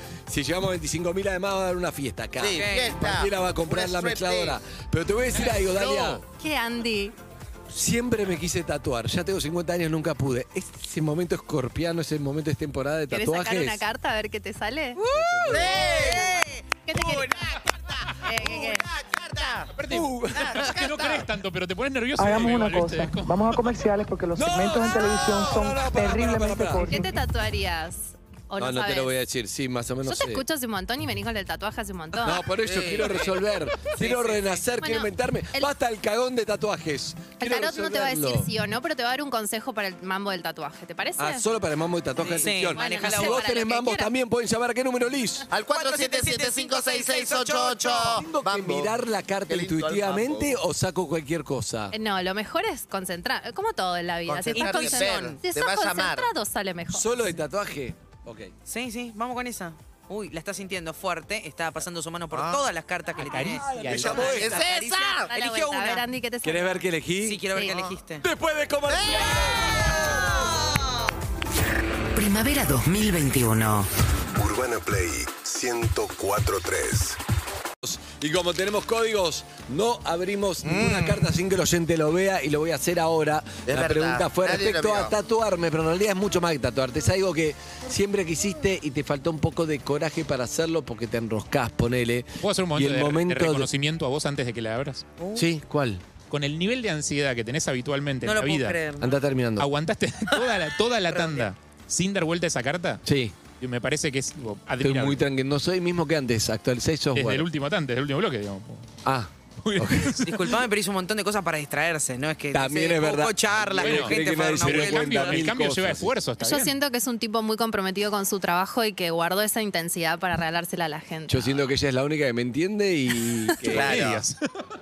Si llegamos a veinticinco mil, además va a dar una fiesta acá. Sí, fiesta. Cualquiera va a comprar Una la striptease. mezcladora. Pero te voy a decir algo, Dalia. ¿Qué, Andy? Siempre me quise tatuar. Ya tengo cincuenta años, nunca pude. ¿Es ese momento escorpiano, ese momento de temporada de ¿Querés tatuajes? sacar una carta a ver qué te sale? ¿Qué te querés? Eh, ¿qué querés? Aparte, Uh. es que no crees tanto, pero te pones nervioso. Hagamos una igual, cosa, ¿viste? vamos a comerciales porque los No, segmentos en no, televisión son no, no, para, terriblemente para, para, para. cortos. ¿Qué te tatuarías? ¿O no, No, no te sabes? lo voy a decir. Sí, más o menos Yo te sé. escucho hace un montón y venís con el tatuaje hace un montón. No, por eso Sí. quiero resolver. Quiero sí, sí. renacer, Bueno, quiero inventarme. el- Basta el cagón de tatuajes. El Quiero tarot no te va a decir resolverlo. sí o no, pero te va a dar un consejo para el mambo del tatuaje. ¿Te parece? Ah, solo para el mambo de tatuaje. Sí, Atención. maneja Bueno, la no Si sé, vos para tenés lo que mambo, quieras. también pueden llamar a qué número, Liz. Al cuatro siete siete cinco seis seis ocho ocho. ¿Tengo que mirar la carta Qué lindo el intuitivamente mambo. o saco cualquier cosa? Eh, No, lo mejor es concentrar, como todo en la vida. Si estás Concentrarte, concent- ver, si te estás va a llamar. concentrado, sale mejor. ¿Solo de tatuaje? Ok. Sí, sí, vamos con esa. Uy, la está sintiendo fuerte. Está pasando su mano por Ah. todas las cartas que le tenés. Acaricia. Me llamó ¿Es esta. esa? Dale la Eligió vuelta, a ver, una. Andy, ¿qué te sale? ¿Querés ver qué elegí? Sí, quiero ver Sí. qué elegiste. Después de comercial. Primavera dos mil veintiuno. Urbana Play ciento cuatro punto tres. Y como tenemos códigos, no abrimos Mm. ninguna carta sin que el oyente lo vea y lo voy a hacer ahora. Es la verdad, pregunta fue nadie respecto lo a vio. tatuarme, pero en realidad es mucho más que tatuarte. Es algo que siempre quisiste y te faltó un poco de coraje para hacerlo porque te enroscás, ponele. ¿Puedo hacer un momento, Y el de- de, momento de- reconocimiento a vos antes de que la abras? Sí, ¿cuál? Con el nivel de ansiedad que tenés habitualmente No en lo la puedo vida, creer. Anda terminando. ¿aguantaste toda la, toda la tanda sin dar vuelta a esa carta? Sí, Y me parece que es tipo, estoy admirable. muy tranquilo. No soy mismo que antes, actualicé Desde el software. último tante, desde el último bloque, digamos. Ah, Muy bien. Disculpame, pero hizo un montón de cosas para distraerse. No es que También se es verdad. buscó charla Bueno, con cree gente que para dar nadie una se dio Pero el vuelta. cambio, cuenta el mil cambio lleva cosas. esfuerzo, está Yo bien. siento que es un tipo muy comprometido con su trabajo y que guardó esa intensidad para regalársela a la gente. yo siento que ella es la única que me entiende y que... Claro. Medias.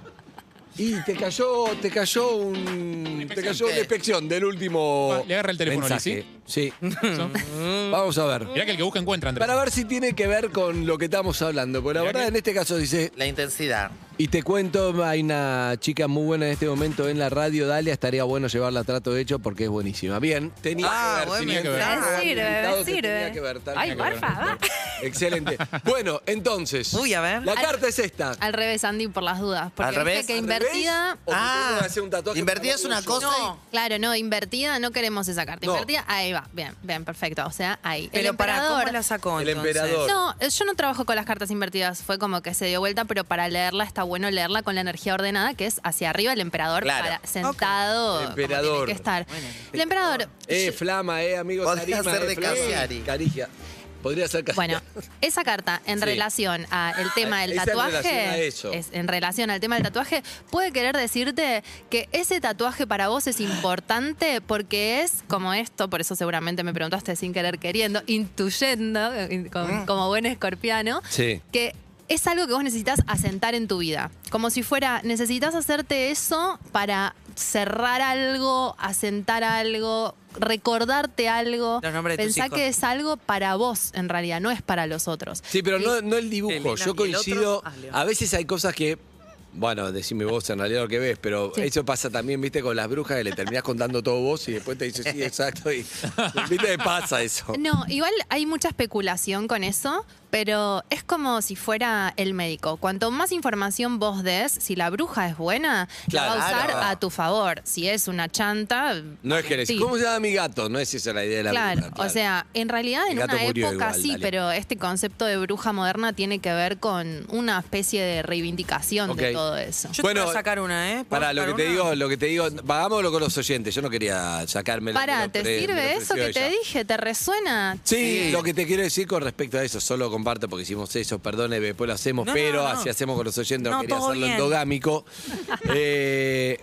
Y te cayó, te cayó un. Te cayó una ¿Qué? inspección del último. Le agarra el teléfono, mensaje. Sí. Eso. Vamos a ver. Mirá que el que busca encuentra, Andrés. Para ver si tiene que ver con lo que estamos hablando. Porque la Mirá verdad, que- en este caso dice. La intensidad. Y te cuento, hay una chica muy buena en este momento en la radio, Dalia. Estaría bueno llevarla a trato hecho porque es buenísima. Bien, tenía Ah, que ver. buen tenía que ver. mensaje. Me sirve, me Invitado que sirve. tenía que ver, tal- Ay, tenía que porfa, ver. va. Excelente. Bueno, entonces. Uy, a ver. La carta es esta. Al revés, Andy, por las dudas. Porque ¿Al viste revés? que ¿Al invertida. revés? ¿O te Ah, tengo que hacer un tatuaje invertida para es una tuyo? cosa No. Claro, no, invertida, no queremos esa carta. No. Invertida, ahí va. Bien, bien, perfecto. O sea, ahí. Pero el para, emperador. ¿cómo la sacó El entonces? emperador. No, eh, yo no trabajo con las cartas invertidas. Fue como que se dio vuelta, pero para leerla está bueno leerla con la energía ordenada, que es hacia arriba el emperador, Claro. para, sentado. El como emperador. tiene que estar. El emperador. Eh, yo- flama, eh, amigos. Podría Arima, ser eh, de flama. Cassiari. Carigia. Podría ser casi. Bueno, esa carta en Sí. relación al tema del Esa en relación a tatuaje, eso. es en relación al tema del tatuaje, puede querer decirte que ese tatuaje para vos es importante porque es como esto, por eso seguramente me preguntaste sin querer queriendo, intuyendo, eh, como, como buen escorpiano, Sí. que es algo que vos necesitas asentar en tu vida. Como si fuera, necesitas hacerte eso para cerrar algo, asentar algo, recordarte algo. Los nombres de tus Pensá hijos. que es algo para vos, en realidad, no es para los otros. Sí, pero no, no el dibujo. Elena, Yo y el coincido. otro, ah, Leo. A veces hay cosas que. Bueno, decime vos en realidad lo que ves, pero Sí. eso pasa también, viste, con las brujas que le terminás contando todo vos y después te dices, sí, exacto. Y viste, pasa eso. No, igual hay mucha especulación con eso, pero es como si fuera el médico. Cuanto más información vos des, si la bruja es buena, Claro. la va a usar Claro. a tu favor. Si es una chanta. No es que le sí. decís, ¿cómo se llama mi gato? No es esa la idea de la Claro, bruja. o sea, en realidad Mi en gato una murió época igual, sí, dale. pero este concepto de bruja moderna tiene que ver con una especie de reivindicación Ok. de todo eso. Yo Bueno, te voy a sacar una, ¿eh? ¿Puedo Para lo que sacar te una? digo, lo que te digo, hagámoslo con los oyentes. Yo no quería sacarme la Pará, ¿te sirve eso que te dije? ¿Te resuena? Sí, Sí. lo que te quiero decir con respecto a eso, solo comparto porque hicimos eso, perdone, después lo hacemos, No, pero no, no. así hacemos con los oyentes, no, No, quería todo hacerlo bien. endogámico. Eh,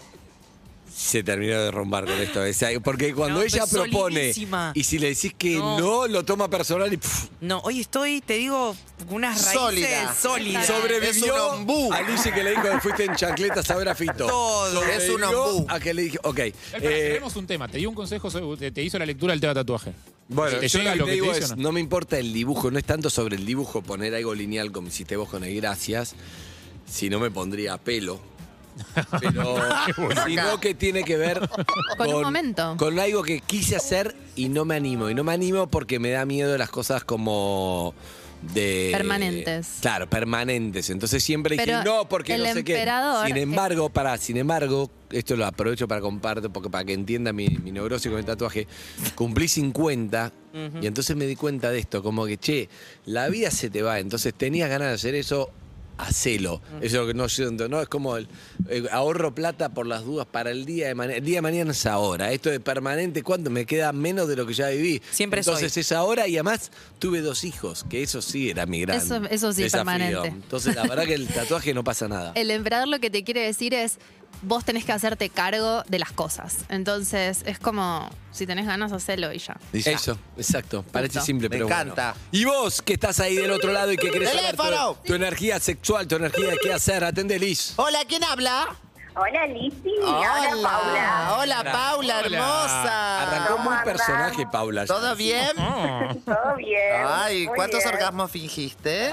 se terminó de romper con esto. o sea, porque cuando No, ella es propone solidísima. y si le decís que no, No. lo toma personal y pff, No, hoy estoy, te digo, con unas raíces Sólida. sólidas. sobrevivió Es un ombú. a Alicia que le dijo que fuiste en chancletas a ver a Fito. Todo. Es un Sobrevivió ombú. a que le dije, ok. Espera, eh, tenemos un tema. Te dio un consejo, sobre- te, te hizo la lectura del tema tatuaje. Bueno, ¿Te yo llega lo que lo te que te digo dice es, o no? no? me importa el dibujo, no es tanto sobre el dibujo poner algo lineal como hiciste vos con el gracias, si no me pondría pelo. Pero sino que tiene que ver Con un momento. con algo que quise hacer y no me animo. Y no me animo porque me da miedo las cosas como de Permanentes. Claro, permanentes. Entonces siempre dije, Pero no, porque el no sé qué. emperador Sin es- embargo, para, sin embargo, esto lo aprovecho para compartir, porque para que entienda mi, mi neurosis con el tatuaje, cumplí cincuenta y entonces me di cuenta de esto, como que, che, la vida se te va, entonces tenías ganas de hacer eso, hacelo. Eso es lo que no siento, ¿no? Es como el, eh, ahorro plata por las dudas para el día de mañana. El día de mañana es ahora. Esto de permanente, ¿cuánto? Me queda menos de lo que ya viví. Siempre es Entonces hoy. es ahora y además tuve dos hijos, que eso sí era mi gran Eso- eso sí, desafío. permanente. Entonces la verdad que el tatuaje no pasa nada. El emperador lo que te quiere decir es, vos tenés que hacerte cargo de las cosas. Entonces, es como, si tenés ganas, hacelo y ya. Y ya. Eso, exacto. Parece Punto. simple, Me pero encanta. bueno. Y vos, que estás ahí del otro lado y que querés saber ¡Teléfono! tu, tu energía sexual, tu energía de qué hacer, atende, Liz. Hola, ¿quién habla? Hola, Lizzy. Hola, Paula. Hola, Paula, Hola. hermosa. Arrancó ¿Cómo muy andás? personaje, Paula. ya. ¿Todo bien? ¿Todo bien? Ay, muy ¿cuántos bien. orgasmos fingiste?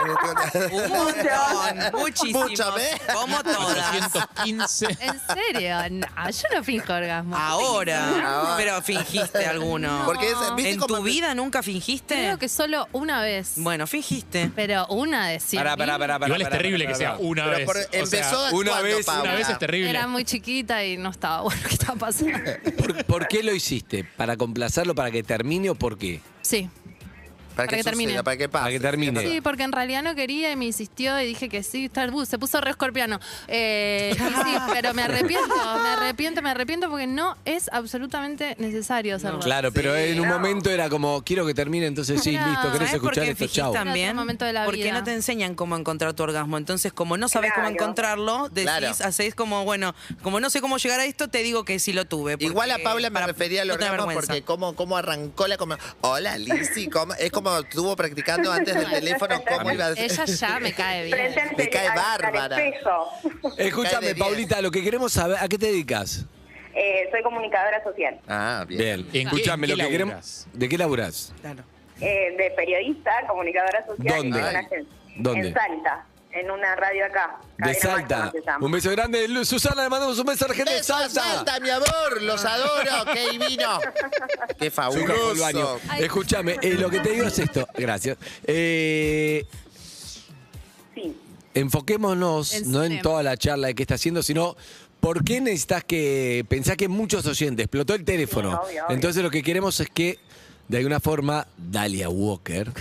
Un montón, muchísimos. Mucho, ¿ves? Como todas. cuatrocientos quince. ¿En serio? No, yo no finjo orgasmo. Ahora. Ahora. Pero fingiste alguno. Porque es, ¿viste ¿En cómo tu te- vida nunca fingiste? Creo que solo una vez. Bueno, fingiste. Pero una de cien Pará, pará, mil. pará, pará, Igual es pará, terrible pará, que sea pará. una Pero vez. por- O sea, empezó una ¿cuándo, vez, una Paula? una vez es terrible. Era muy chiquita y no estaba bueno que estaba pasando. ¿Por, por qué lo hiciste? ¿Para complacerlo, para que termine o por qué? Sí. Para que, que termine. suceda, para que pase. Para que termine. Sí, porque en realidad no quería y me insistió y dije que sí, está- uh, se puso re escorpiano. Eh, y sí, pero me arrepiento, me arrepiento, me arrepiento porque no es absolutamente necesario hacerlo. Claro, pero Sí, en un no. momento era como, quiero que termine, entonces sí, Claro. listo, querés ¿Sabes por escuchar qué esto, fingís chau. también? Era otro momento de la Porque vida. no te enseñan cómo encontrar tu orgasmo. Entonces, como no sabes cómo Claro. encontrarlo, decís, Claro. hacéis como, bueno, como no sé cómo llegar a esto, te digo que sí lo tuve. porque- Igual a Paula me para refería al no tener orgasmo vergüenza. porque cómo, cómo arrancó la como hola Lizzy, ¿cómo? Es como estuvo practicando antes del teléfono cómo iba a decir. Ella ya me cae bien. Frente al, Me cae al- al bárbara. espejo. Escúchame, Cae de diez. Paulita, lo que queremos saber, ¿a qué te dedicas? Eh, soy comunicadora social. Ah, bien. Bien, ¿En qué- escúchame, en lo qué que queremos. laburás? ¿De qué laburás? Claro. Eh, de periodista, comunicadora social. ¿Dónde? En, una Ay. agencia. ¿Dónde? En Salta, en una radio acá. De Cadena Salta. Máxima se llama. Un beso grande. Lu- Susana, le mandamos un beso a la gente de Beso a Salta. Salta, mi amor, los adoro, qué divino. Qué Su campo del fabuloso. baño. Escúchame, eh, lo que te digo es esto. Gracias. Eh, Sí. enfoquémonos En no en cine. toda la charla de qué está haciendo, sino por qué necesitas que. Pensá que muchos oyentes, explotó el teléfono. Sí, obvio, obvio. Entonces lo que queremos es que, de alguna forma, Dalia Walker,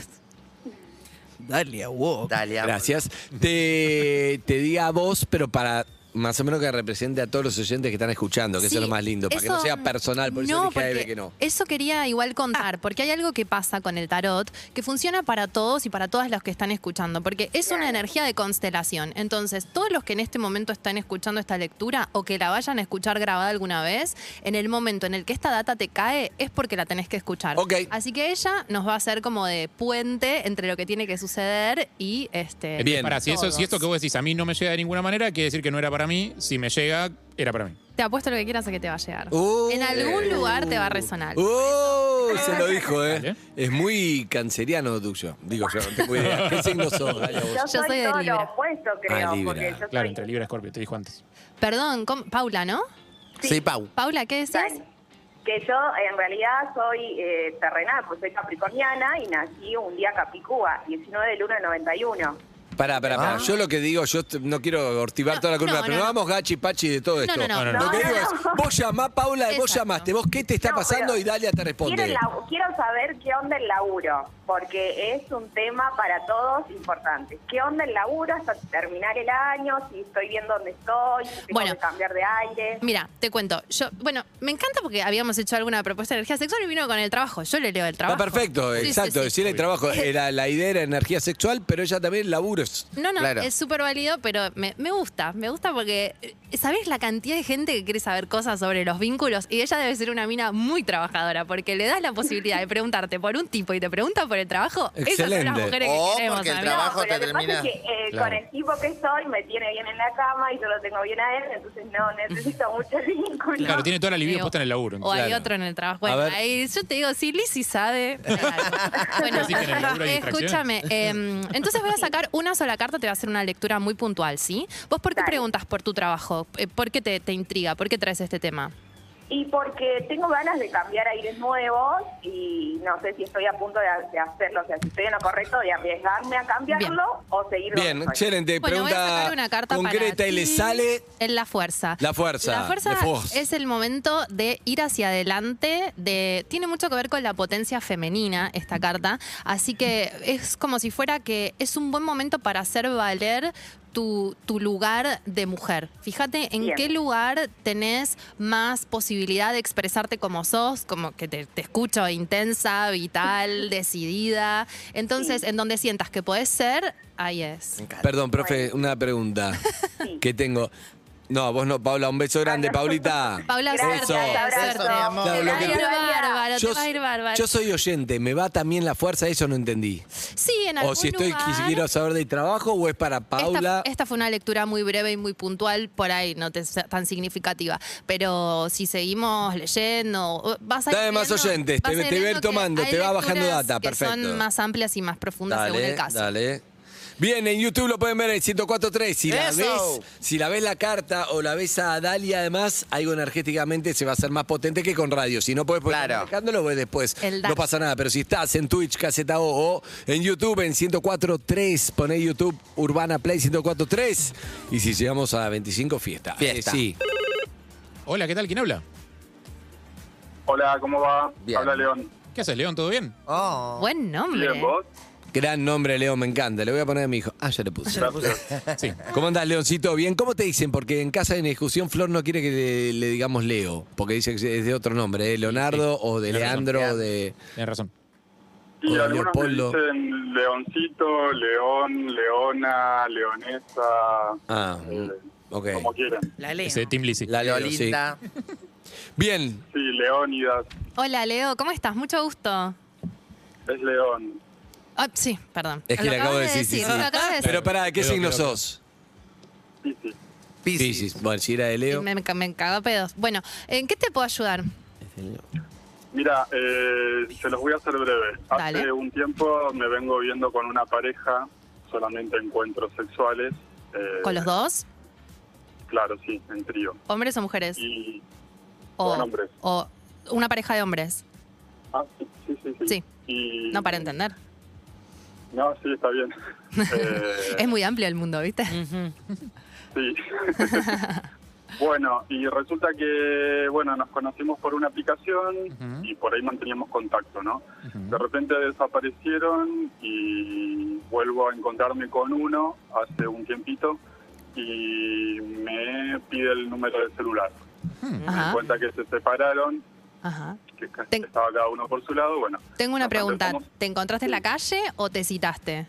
Dale a vos. Dale, amor. gracias, te, te diga a vos, pero para. Más o menos que represente a todos los oyentes que están escuchando, que eso Sí, es lo más lindo, para que no eso- sea personal, por eso no, dije a Eve porque que no. Eso quería igual contar, porque hay algo que pasa con el tarot que funciona para todos y para todas los que están escuchando, porque es una energía de constelación. Entonces, todos los que en este momento están escuchando esta lectura o que la vayan a escuchar grabada alguna vez, en el momento en el que esta data te cae, es porque la tenés que escuchar. Ok. Así que ella nos va a hacer como de puente entre lo que tiene que suceder y este. Bien. Pará, si, eso, todos. si esto que vos decís a mí no me llega de ninguna manera, quiere decir que no era para mí. Si me llega, era para mí. Te apuesto lo que quieras a que te va a llegar. Uh, en algún lugar te va a resonar. ¡Uh! Se lo dijo, ¿eh? Dale. Es muy canceriano tuyo. Digo yo, no tengo idea. ¿Qué signo sos, Dalia, vos? Yo, soy soy de todo Libra. lo opuesto, creo. Ah, Libra. Porque yo Claro, soy entre Libra y Scorpio, te dijo antes. Perdón, ¿cómo? Paula, ¿no? Sí, Pau. Paula, ¿qué decías? Dani, que yo en realidad soy eh, terrenal, pues soy capricorniana y nací un día capicúa, diecinueve del uno del noventa y uno. Pará, pará, pará. Ah. Yo lo que digo, yo t- no quiero hortivar No, toda la columna, no, pero no, no, no. vamos gachi pachi de todo esto. no, no. No, no, Lo no. que No, digo no, es, no. vos llamás, Paula, y vos Exacto. llamaste. ¿Vos qué te está No, pasando? pero Y Dalia te Quiero, responde. el lau- quiero saber qué onda el laburo, porque es un tema para todos importante. ¿Qué onda el laburo hasta terminar el año? Si estoy bien donde estoy, si tengo Bueno. que cambiar de aire. Mira, te cuento. Yo, bueno, me encanta porque habíamos hecho alguna propuesta de energía sexual y vino con el trabajo. Yo le leo el trabajo. Está perfecto, Sí, sí, exacto. sí. Decirle trabajo. Era, la idea era energía sexual, pero ella también laburos. No, no, Claro. es súper válido, pero me, me gusta. Me gusta porque, eh, ¿sabés la cantidad de gente que quiere saber cosas sobre los vínculos? Y ella debe ser una mina muy trabajadora porque le das la posibilidad de preguntarte por un tipo y te pregunta por el trabajo. Esas son las Excelente. mujeres O que queremos, porque el amiga. trabajo No, pero te lo que pasa termina- es que eh, Claro. con el tipo que soy me tiene bien en la cama y yo lo tengo bien a él, entonces no necesito mucho vínculo. Claro, tiene toda la libido Sí, o- puesta en el laburo. O hay Claro. otro en el trabajo. A Bueno, ver. ahí yo te digo, si Lizzy sabe. claro. Bueno, Sí, que en el laburo hay escúchame. eh, entonces voy a sacar una sola carta, te voy a hacer una lectura muy puntual, ¿sí? ¿Vos por qué Dale. preguntas por tu trabajo? Eh, ¿Por qué te, te intriga? ¿Por qué traes este tema? Y porque tengo ganas de cambiar aires nuevos y no sé si estoy a punto de, de hacerlo, o sea, si estoy en lo correcto de arriesgarme a cambiarlo Bien. o seguir Bien, donde estoy. excelente. Bueno, voy a Pregunta sacar una carta concreta para y le ti. sale En la fuerza. la fuerza. La fuerza de Foz. es el momento de ir hacia adelante, de tiene mucho que ver con la potencia femenina esta carta, así que es como si fuera que es un buen momento para hacer valer tu, tu lugar de mujer. Fíjate en Bien. qué lugar tenés más posibilidad de expresarte como sos, como que te, te escucho intensa, vital, decidida. Entonces, Sí. en donde sientas que podés ser, ahí es. Perdón, profe, una pregunta Sí. que tengo. No, vos no, Paula, un beso grande, Paulita. Paula, Gracias, suerte, abrazo, suerte. mi amor. Claro, Te lo va a que ir te- bárbaro, Yo, te va a ir bárbaro. yo soy oyente, ¿me va también la fuerza? Eso no entendí. Sí, en algún O si estoy lugar, si quiero saber de trabajo o es para Paula. Esta, esta fue una lectura muy breve y muy puntual, por ahí, no te, tan significativa. Pero si seguimos leyendo, vas a ir Dame más viendo- oyentes, vas te- a ir te voy a ir viendo que tomando, hay te va bajando lecturas data, que perfecto. son más amplias y más profundas según el caso. Dale. Bien, en YouTube lo pueden ver en ciento cuatro punto tres. Si la Eso. ves, si la ves la carta o la ves a Dalia, además, algo energéticamente se va a hacer más potente que con radio. Si no puedes poner Claro. marcando, lo ves después. El No dash. pasa nada. Pero si estás en Twitch, Caseta O, o en YouTube en ciento cuatro punto tres, poné YouTube Urbana Play ciento cuatro punto tres. Y si llegamos a veinticinco, fiesta. Fiesta. Eh, sí. Hola, ¿qué tal? ¿Quién habla? Hola, ¿cómo va? Bien. Habla León. ¿Qué haces, León? ¿Todo bien? Oh. Buen nombre. Bien, ¿vos? Gran nombre, León, me encanta. Le voy a poner a mi hijo. Ah, ya le puse. Sí. ¿Cómo andás, Leoncito? Bien, ¿cómo te dicen? Porque en casa de discusión Flor no quiere que le, le digamos Leo, porque dice que es de otro nombre, ¿eh? Leonardo Sí, o de tenés razón. Leandro o de... Tienes razón. Y Hola, algunos me Leopoldo. dicen Leoncito, León, Leona, Leonesa, Ah, eh, ok. como quieran. La leo. Ese Tim Lizzy. La Leo, sí. Leolinda. Bien, Sí, Leónidas, Hola, Leo, ¿cómo estás? Mucho gusto. es León. Ah, sí, perdón. es que Lo le acabo de acabas decir, sí, sí. lo acabas de decir. Pero pará, ¿de qué Quedó, signo quedó, sos? Sí, sí. Piscis. Piscis. Bueno, si era de Leo. Me, me, me cago a pedos. Bueno, ¿en qué te puedo ayudar? Mira, eh, se los voy a hacer breve. Hace Dale. un tiempo me vengo viendo con una pareja, solamente encuentros sexuales. eh, ¿Con los dos? Claro, sí, en trío. ¿Hombres o mujeres? Y O, con hombres. o una pareja de hombres. Ah, sí, sí, sí. sí. Sí. Y- No, para entender. No, sí, está bien. Eh, Es muy amplio el mundo, ¿viste? Ujú. Sí. Bueno, y resulta que, bueno, nos conocimos por una aplicación Ujú. y por ahí manteníamos contacto, ¿no? Ujú. De repente desaparecieron y vuelvo a encontrarme con uno hace un tiempito y me pide el número de celular. Me di Ajá. cuenta que se separaron, Ajá. que ca- Ten- estaba cada uno por su lado, bueno. Tengo una nos pregunta. empezamos- ¿Te encontraste en la calle o te citaste?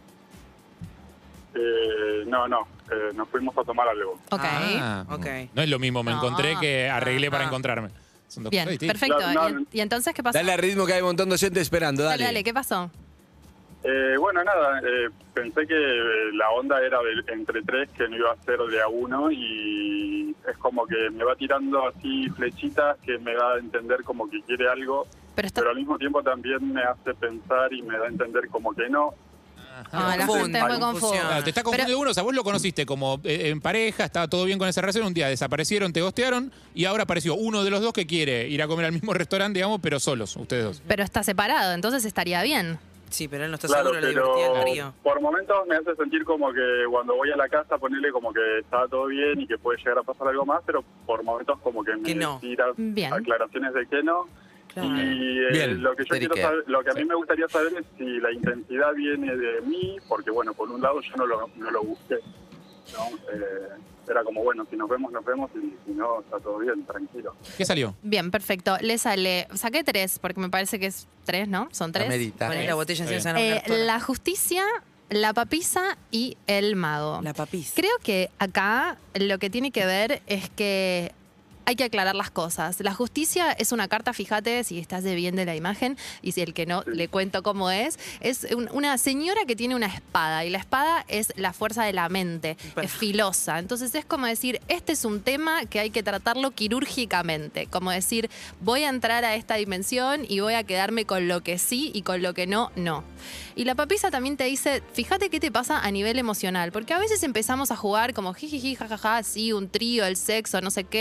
Eh, no, no, eh, nos fuimos a tomar algo. Ok. Ah, ok. No es lo mismo, me No. encontré que arreglé para Ah. encontrarme. Son dos Bien, cosas distintas. perfecto. Claro, no, ¿Y, y entonces qué pasó? Dale al ritmo que hay un montón de gente esperando, dale, dale. dale, ¿qué pasó? Eh, bueno, nada, eh, pensé que eh, la onda era de, entre tres, que no iba a ser de a uno y es como que me va tirando así flechitas que me da a entender como que quiere algo, Pero está... pero al mismo tiempo también me hace pensar y me da a entender como que no. Ah, la Confunde, gente es muy confusión. confusa. Claro, te está confundiendo uno, o sea, vos lo conociste como eh, en pareja, estaba todo bien con esa relación, un día desaparecieron, te gostearon y ahora apareció uno de los dos que quiere ir a comer al mismo restaurante, digamos, pero solos, ustedes dos. Pero está separado, entonces estaría bien. Sí, pero él no está Claro, seguro de la divertida del pero río. por momentos me hace sentir como que cuando voy a la casa ponerle como que está todo bien y que puede llegar a pasar algo más, pero por momentos como que me Que no. tira Bien. aclaraciones de que no. Claro. Y eh, Bien. lo que yo quiero Perique. saber, lo que a mí me gustaría saber es si la intensidad viene de mí, porque bueno, por un lado yo no lo, no lo busqué, ¿no? Eh, era como, bueno, si nos vemos, nos vemos, y si no, está todo bien, tranquilo. ¿Qué salió? Bien, perfecto. Le sale. Saqué tres, porque me parece que es tres, ¿no? Son tres. Amerita. Poné la botella encima Está de Eh, esa cartona. la justicia, la papisa y el mago. La papis. Creo que acá lo que tiene que ver es que hay que aclarar las cosas. La justicia es una carta, fíjate, si estás de bien de la imagen, y si el que no, le cuento cómo es. Es un- una señora que tiene una espada, y la espada es la fuerza de la mente, Bueno. es filosa. Entonces es como decir, este es un tema que hay que tratarlo quirúrgicamente. Como decir, voy a entrar a esta dimensión y voy a quedarme con lo que sí y con lo que no, no. Y la papisa también te dice, fíjate qué te pasa a nivel emocional, porque a veces empezamos a jugar como jijiji, jajaja, sí, un trío, el sexo, no sé qué, y después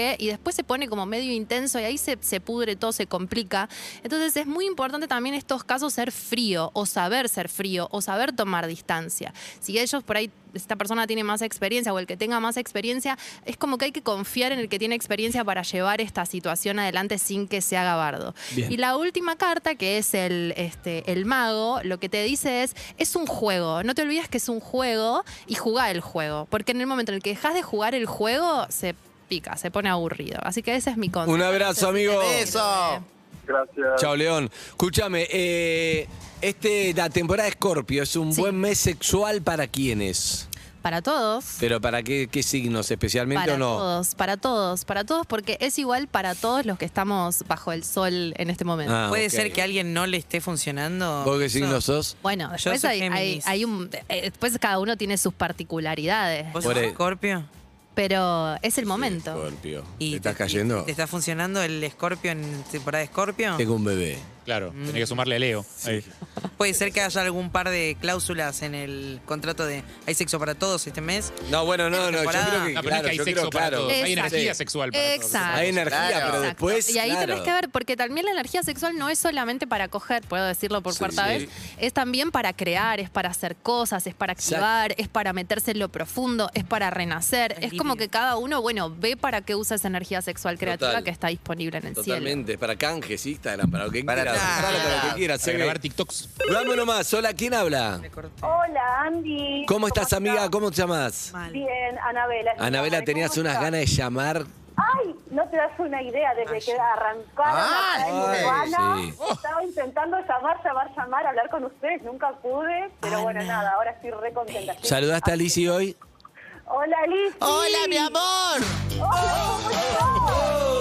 después se pone como medio intenso y ahí se, se pudre todo, se complica. Entonces es muy importante también en estos casos ser frío o saber ser frío o saber tomar distancia. Si ellos por ahí, esta persona tiene más experiencia o el que tenga más experiencia, es como que hay que confiar en el que tiene experiencia para llevar esta situación adelante sin que se haga bardo. Bien. Y la última carta, que es el, este, el mago, lo que te dice es, es un juego. No te olvides que es un juego y jugá el juego. Porque en el momento en el que dejas de jugar el juego, se pica, se pone aburrido. Así que ese es mi consejo. Un abrazo, amigo. Eso. Gracias. Chao, León. Escúchame, eh, este, la temporada de Escorpio es un Sí. buen mes sexual para quiénes. Para todos. ¿Pero para qué, qué signos especialmente Para o no? todos, para todos, para todos, porque es igual para todos los que estamos bajo el sol en este momento. Ah, ¿Puede ok. ser que a alguien no le esté funcionando? ¿Vos qué eso? signo sos? Bueno, Yo después soy hay, hay, Géminis. hay un. eh, Después cada uno tiene sus particularidades. ¿Vos Por sos ahí. Escorpio? Pero es el momento. Escorpio. ¿Y ¿Te estás te- cayendo? ¿Te está funcionando el Escorpio en temporada de Escorpio? Tengo un bebé. Claro, tenés que sumarle a Leo. Ahí. Puede ser que haya algún par de cláusulas en el contrato de ¿hay sexo para todos este mes? No, bueno, no, no, yo temporada. creo que, No, pero no claro, es que hay yo sexo creo, para claro. todos. Hay Exacto. energía sexual para todos. Exacto. Hay energía, Claro. pero Exacto. después, Y ahí claro. tenés que ver, porque también la energía sexual no es solamente para coger, puedo decirlo por Sí, cuarta sí. vez, es también para crear, es para hacer cosas, es para activar, es para meterse en lo profundo, es para renacer. Es como que cada uno, bueno, ve para qué usa esa energía sexual creativa Total. que está disponible en el cielo. Totalmente, para canjes, Instagram, para lo que Para quieras. nada. Usalo para lo que quieras. Para se grabar ve. TikToks. Vamos nomás, hola, ¿quién habla? Hola, Andy. ¿Cómo estás, amiga? estás? ¿Cómo te llamas? Mal. Bien, Anabela. Anabela, ¿Cómo tenías unas estás? ganas de llamar. Ay, no te das una idea, desde que arrancaron Ay, acá en ay, Urbana, sí. estaba intentando llamar, llamar, llamar, hablar con ustedes, nunca pude, pero bueno, nada, ahora estoy re contenta. Estoy- ¿Saludaste a Lizzy hoy? Hola, Liz. Hola, mi amor. Hola, ¿cómo estás?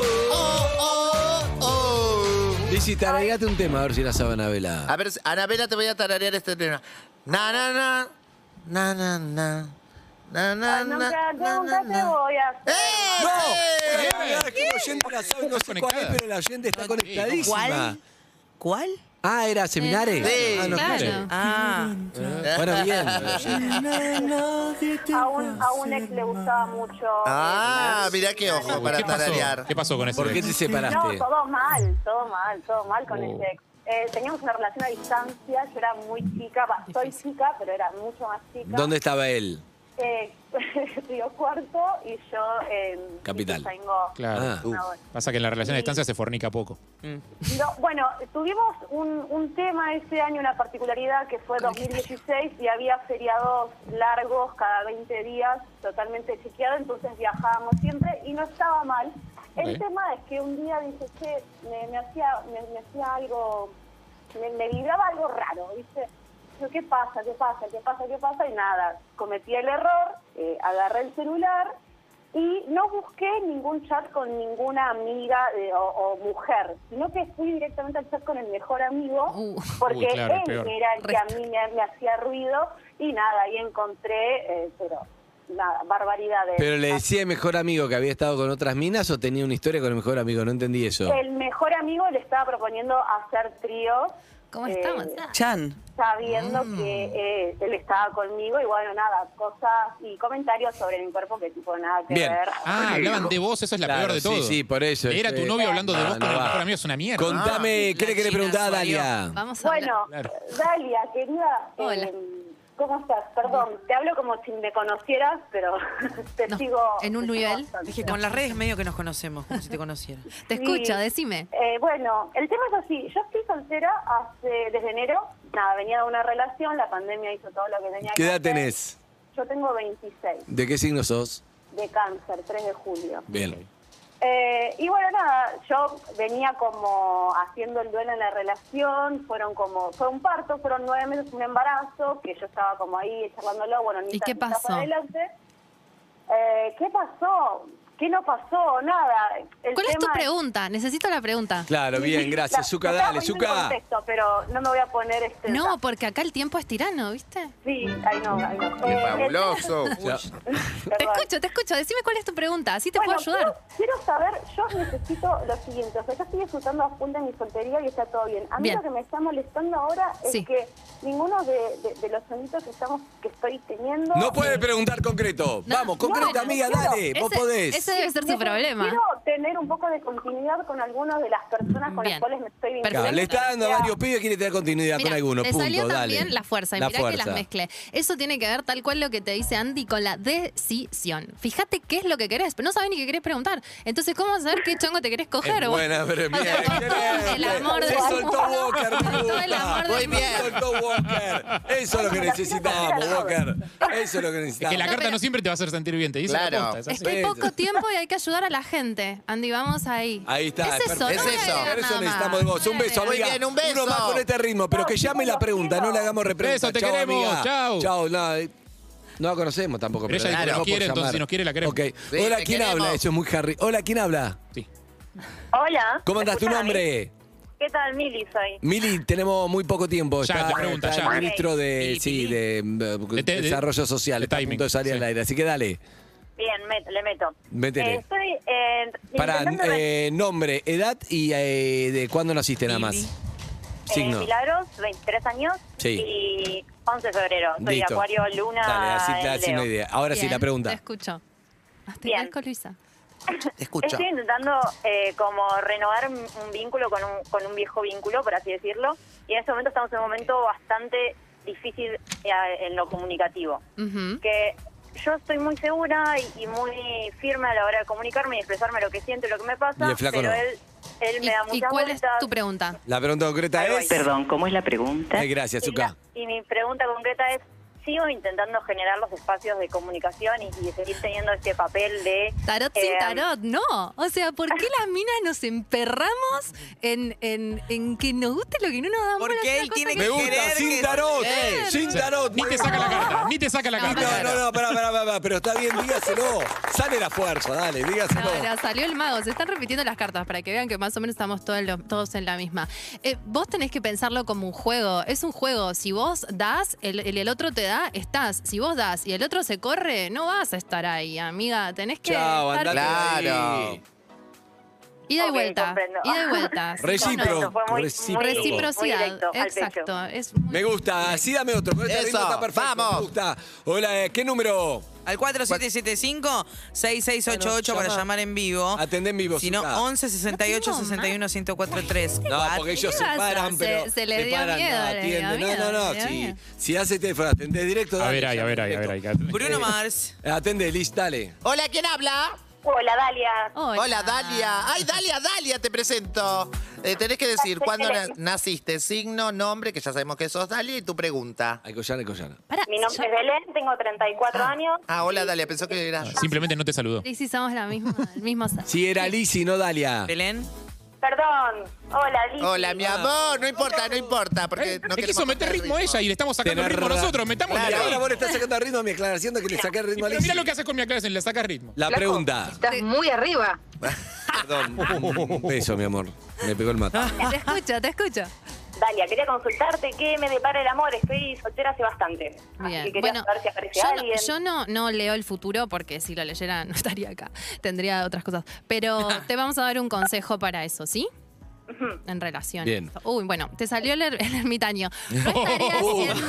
Oh, oh, oh. Lizzy, tarareate un tema, a ver si la sabe Anabela. A ver, Anabela, te voy a tararear este tema. Na, na, na. Na, na, na. Na, na, Ay, na, nunca, na, nunca na, te na. voy a hacer. ¡Eh! ¡No! ¡Eh! Mirá, es que el oyente la sabe, no sé cuál es, pero el oyente está conectadísima. ¿Cuál? ¿Cuál? Ah, ¿era seminares? Sí, ah, no, claro. escuché. Ah, Bueno, bien. A un, a un ex le gustaba mucho. Ah, eh, mirá qué ojo para ¿Qué pasó? tararear. ¿Qué pasó con ese? ¿Por qué te No, separaste? todo mal, todo mal, todo mal con Oh. ese ex. Eh, teníamos una relación a distancia, yo era muy chica, va, soy chica, pero era mucho más chica. ¿Dónde estaba él? Eh, Río Cuarto y yo en Capital. Ituzaingó. Claro. Ah. Una hora. Pasa que en la relación a distancia se fornica poco. No, bueno, tuvimos un, un tema ese año, una particularidad que fue dos mil dieciséis y había feriados largos cada veinte días, totalmente chequeado, entonces viajábamos siempre y no estaba mal. El Ok. tema es que un día dije, che, me, me hacía, me, me hacía algo, me, me vibraba algo raro, ¿viste? Yo, ¿qué pasa? ¿Qué pasa? ¿Qué pasa? ¿Qué pasa? Y nada, cometí el error, eh, agarré el celular y no busqué ningún chat con ninguna amiga de- o, o mujer, sino que fui directamente al chat con el mejor amigo, Uh. porque Uy, claro, el él peor. era el que a mí me, me hacía ruido y nada, ahí encontré, eh, pero nada, barbaridades. ¿Pero le decía el mejor amigo que había estado con otras minas o tenía una historia con el mejor amigo? No entendí eso. El mejor amigo le estaba proponiendo hacer tríos. ¿Cómo eh, estamos? Chan. sabiendo Mm. que eh, él estaba conmigo y bueno, nada, cosas y comentarios sobre mi cuerpo que tipo nada que Bien. ver. Ah, hablaban de vos, eso es la Claro, peor de sí, todo. sí, por eso, Era este- tu novio hablando de No, vos no con el va. mejor amigo, es una mierda. Contame, ¿qué le la querés China preguntar a salió. Dalia? Vamos a hablar. Bueno, Claro. Dalia, querida, Hola. eh, ¿cómo estás? Perdón, te hablo como si me conocieras, pero te No, sigo. en un te sigo nivel. bastante. Dije, con las redes medio que nos conocemos, como si te conociera. Te Sí. escucho, decime. Eh, bueno, el tema es así. Yo estoy soltera hace, desde enero. Nada, venía de una relación. La pandemia hizo todo lo que tenía ¿Qué que edad hacer. tenés? Yo tengo veintiséis, ¿De qué signo sos? de cáncer, tres de julio. Bien. Eh, y bueno, nada, yo venía como haciendo el duelo en la relación. Fueron como, fue un parto, fueron nueve meses, un embarazo, que yo estaba como ahí charlándolo. Bueno, ni ¿Y qué para pasó? adelante. Eh, ¿Qué pasó? ¿Qué no pasó? Nada. El ¿Cuál es tu tema pregunta? Necesito la pregunta. Claro, bien, gracias. La- Zuka, me estaba dale, poniendo en Zuka. contexto, pero no me voy a poner este. No, porque acá el tiempo es tirano, ¿viste? Sí, ay no, ay no. ¡Qué Eh, fabuloso! Ya. Te perdón. escucho, te escucho. Decime cuál es tu pregunta, así te Bueno, puedo ayudar. Quiero, quiero saber, yo necesito lo siguiente, o sea, yo estoy disfrutando a punta de mi soltería y está todo bien. A mí Bien. lo que me está molestando ahora es Sí. que ninguno de, de, de los sonidos que estamos que estoy teniendo... No puede preguntar concreto. No, Vamos, concreta, no, amiga, no quiero. dale. Vos Ese- podés. Es Ese debe ser su problema. Quiero tener un poco de continuidad con algunas de las personas con Bien. las cuales me estoy vinculando. Claro, le está dando a varios pibes, quiere tener continuidad Mirá, con algunos. te Punto, salió dale. también la fuerza, y La mirá que las fuerza. mezclé. Eso tiene que ver tal cual lo que te dice Andy con la decisión. Fíjate qué es lo que querés, pero no sabés ni qué querés preguntar. Entonces, ¿cómo vas a saber qué chongo te querés coger? Es buena, pero Con bien. todo el amor Se del soltó mundo. Walker, me Con todo el gusta. amor del Muy bien. Se soltó Walker. Eso es lo que necesitábamos, Walker. Eso es lo que Es necesitábamos. que la carta no siempre te va a hacer sentir bien, te dice Claro. la posta, es Es así. que hay poco tiempo y hay que ayudar a la gente. Andy, vamos ahí. Ahí está. Es eso, perfecto. no Es voy a eso. agregar Por eso nada necesitamos más. de vos. Un beso, Muy amiga. bien, un beso. Uno más con este ritmo, pero que llame la pregunta, no le hagamos repregunta. Beso, te Chau, queremos, amiga. chau. Chau, no, eh, no la conocemos tampoco. Pero ella dijo que claro, nos quiere, por entonces llamar. si nos quiere, la queremos. Ok. Sí, Hola, te ¿quién queremos. habla? Eso es muy Harry. Hola, ¿quién habla? Sí. Hola. ¿Cómo ¿me andas? ¿Tu escuchan a mí? nombre? ¿Qué tal, Mili? Soy. Mili, tenemos muy poco tiempo. Ya, está, te pregunta, está ya. el ministro de, Mili, sí, Mili. de, eh, De te- de- Desarrollo Social. de Está a timing, punto de salir sí. al aire. Así que dale. Bien, met- le meto. Métele. Eh, estoy eh, Para intentando eh, nombre, edad y eh, de cuándo naciste nada más. Eh, Signo. Milagros, veintitrés años. Sí. Y once de febrero. Soy Listo. Acuario, Luna. Dale, así te en haces Leo. una idea. Ahora sí, Bien, la pregunta. Te escucho. Hasta Bien. igual con Luisa. Te escucho. Estoy intentando eh, como renovar un un vínculo con un, con un viejo vínculo, por así decirlo. Y en este momento estamos en un momento bastante difícil eh, en lo comunicativo. Ujú. Que yo estoy muy segura y, y muy firme a la hora de comunicarme y expresarme lo que siento y lo que me Y pasa, el flaco pero no. él, él me ¿Y, da y muchas cuál vueltas. es tu pregunta? La pregunta concreta Ahí voy. es. Perdón, ¿cómo es la pregunta? Ay, gracias, Y, Zucca. la- y mi pregunta concreta es, sigo intentando generar los espacios de comunicación y, y seguir teniendo este papel de... Tarot eh, sin tarot, no. O sea, ¿por qué las minas nos emperramos en, en, en que nos guste lo que no nos da Porque bola? Es una él cosa tiene que- Me gusta, querer sin que- tarot. Eh, Sin tarot. Ni te saca la carta, ni te saca la No, carta. no, no, pará, pará, pará, pero está bien, dígaselo. Sale la fuerza, dale, dígaselo. No, no, salió el mago. Se están repitiendo las cartas para que vean que más o menos estamos todos, en lo- todos en la misma. Eh, vos tenés que pensarlo como un juego. Es un juego. Si vos das, el, el, el otro te da, estás. Si vos das y el otro se corre, no vas a estar ahí, amiga. Tenés que Chao, estar andate de Claro. ahí. ida y Ok, vuelta. comprendo. Ida y vuelta. Sí, Recíproco. Eso fue muy- recíproco. muy- Reciprocidad. muy directo, al Exacto. Es Me gusta, así dame otro. Con este Eso, ritmo está perfecto. vamos. Me gusta. Hola, eh, ¿qué número? Al cuatro siete siete cinco, seis seis ocho ocho Bueno, para llama. llamar en vivo. Atendé en vivo, Si no, Zucca. once sesenta y ocho sesenta y uno ciento cuatro tres. No, porque ellos se pasa? paran, Se- pero. se le dio paran, miedo, no, le dio atienden. miedo, No, no, no. le dio Si, miedo. si hace teléfono, atendés directo. A dale, ver, ahí, a llame ver, ahí, a ver, ahí. directo. Bruno Mars. Atende, Liz, dale. Hola, ¿quién habla? Hola, Dalia. Hola. Hola, Dalia. Ay, Dalia, Dalia, te presento. Eh, tenés que decir cuándo na- naciste, signo, nombre, que ya sabemos que sos Dalia, y tu pregunta. Hay collana, hay collana. Pará, Mi nombre yo- es Belén, tengo treinta y cuatro años. Ah, hola, Dalia, pensó que era yo. Simplemente no te saludó. Sí, sí, somos la misma, el mismo ser. Si era Liz y no Dalia. Belén. Perdón. Hola, Liz. Hola, mi amor, no importa, no importa, porque Eh, no es que queremos quiso meter cortar el ritmo a ella y le estamos sacando Tenés ritmo ra- nosotros. Metamos Claro, la ahora vos le estás sacando ritmo a mi aclaración de que le saqué el ritmo a Pero Liz. mira lo que haces con mi aclaración, le sacas ritmo. La pregunta. Estás muy arriba. Perdón. Un beso, mi amor. Me pegó el mate. Te escucho, te escucho. Dalia, quería consultarte qué me depara el amor. Estoy soltera hace bastante. Así Bien. que quería Bueno, saber si aparece yo, no, alguien. yo no, no leo el futuro porque si lo leyera no estaría acá. Tendría otras cosas. Pero te vamos a dar un consejo para eso, ¿sí? En relación. Bien. Uy, bueno, te salió el, er- el ermitaño. No estaría, siendo,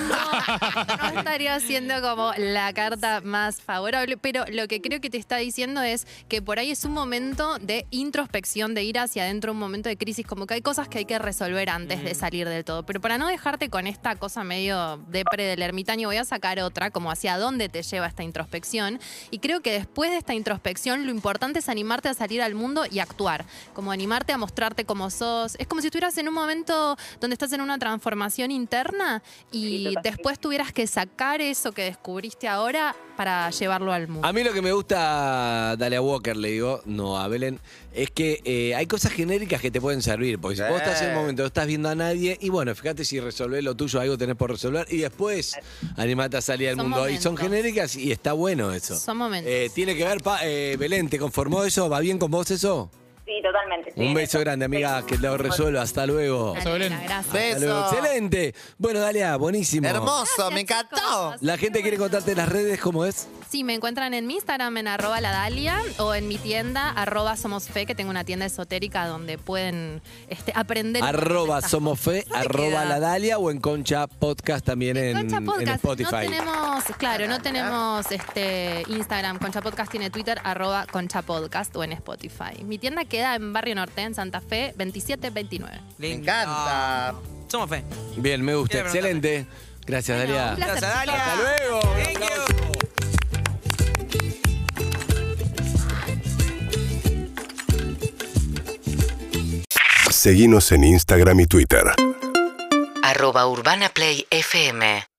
no estaría siendo como la carta más favorable, pero lo que creo que te está diciendo es que por ahí es un momento de introspección, de ir hacia adentro, un momento de crisis, como que hay cosas que hay que resolver antes de salir del todo. Pero para no dejarte con esta cosa medio depre del ermitaño, voy a sacar otra, como hacia dónde te lleva esta introspección. Y creo que después de esta introspección, lo importante es animarte a salir al mundo y actuar. Como animarte a mostrarte como sos. Es como si estuvieras en un momento donde estás en una transformación interna y después tuvieras que sacar eso que descubriste ahora para llevarlo al mundo. A mí lo que me gusta, dale a Walker, le digo, no a Belén, es que eh, hay cosas genéricas que te pueden servir. Porque si vos estás en un momento, no estás viendo a nadie, y bueno, fíjate si resolvés lo tuyo, algo tenés por resolver, y después animate a salir al Son mundo. Y son momentos. genéricas y está bueno eso. Son momentos. Eh, tiene que ver, pa- eh, Belén, ¿te conformó eso? ¿Va bien con vos eso? Sí, totalmente. sí, Un en beso eso. grande, amiga, que lo resuelva. Hasta luego. Beso, Belén. Dale, gracias. Hasta luego. Beso. Excelente. Bueno, Dalia, buenísimo. Hermoso, me Gracias, encantó. chicos. La gente quiere contarte en las redes cómo es. Sí, me encuentran en mi Instagram en arroba la Dalia o en mi tienda arroba Somos Fe, que tengo una tienda esotérica donde pueden este, aprender. un poco de Arroba estas Somos Fe, ¿Dónde arroba queda? la Dalia o en Concha Podcast también en, Concha en Podcast, Spotify. no tenemos, claro, no tenemos este Instagram. Concha Podcast tiene Twitter, arroba Concha Podcast o en Spotify. Mi tienda queda en Barrio Norte, en Santa Fe, veintisiete veintinueve. Me Lindo. encanta. Somos fe. Bien, me gusta. Quiero Excelente. Gracias, Bueno, Dalia. un placer, Gracias, Dalia. Hasta luego. Thank Un you. aplauso. Seguinos en Instagram y Twitter. Arroba Urbana Play F M.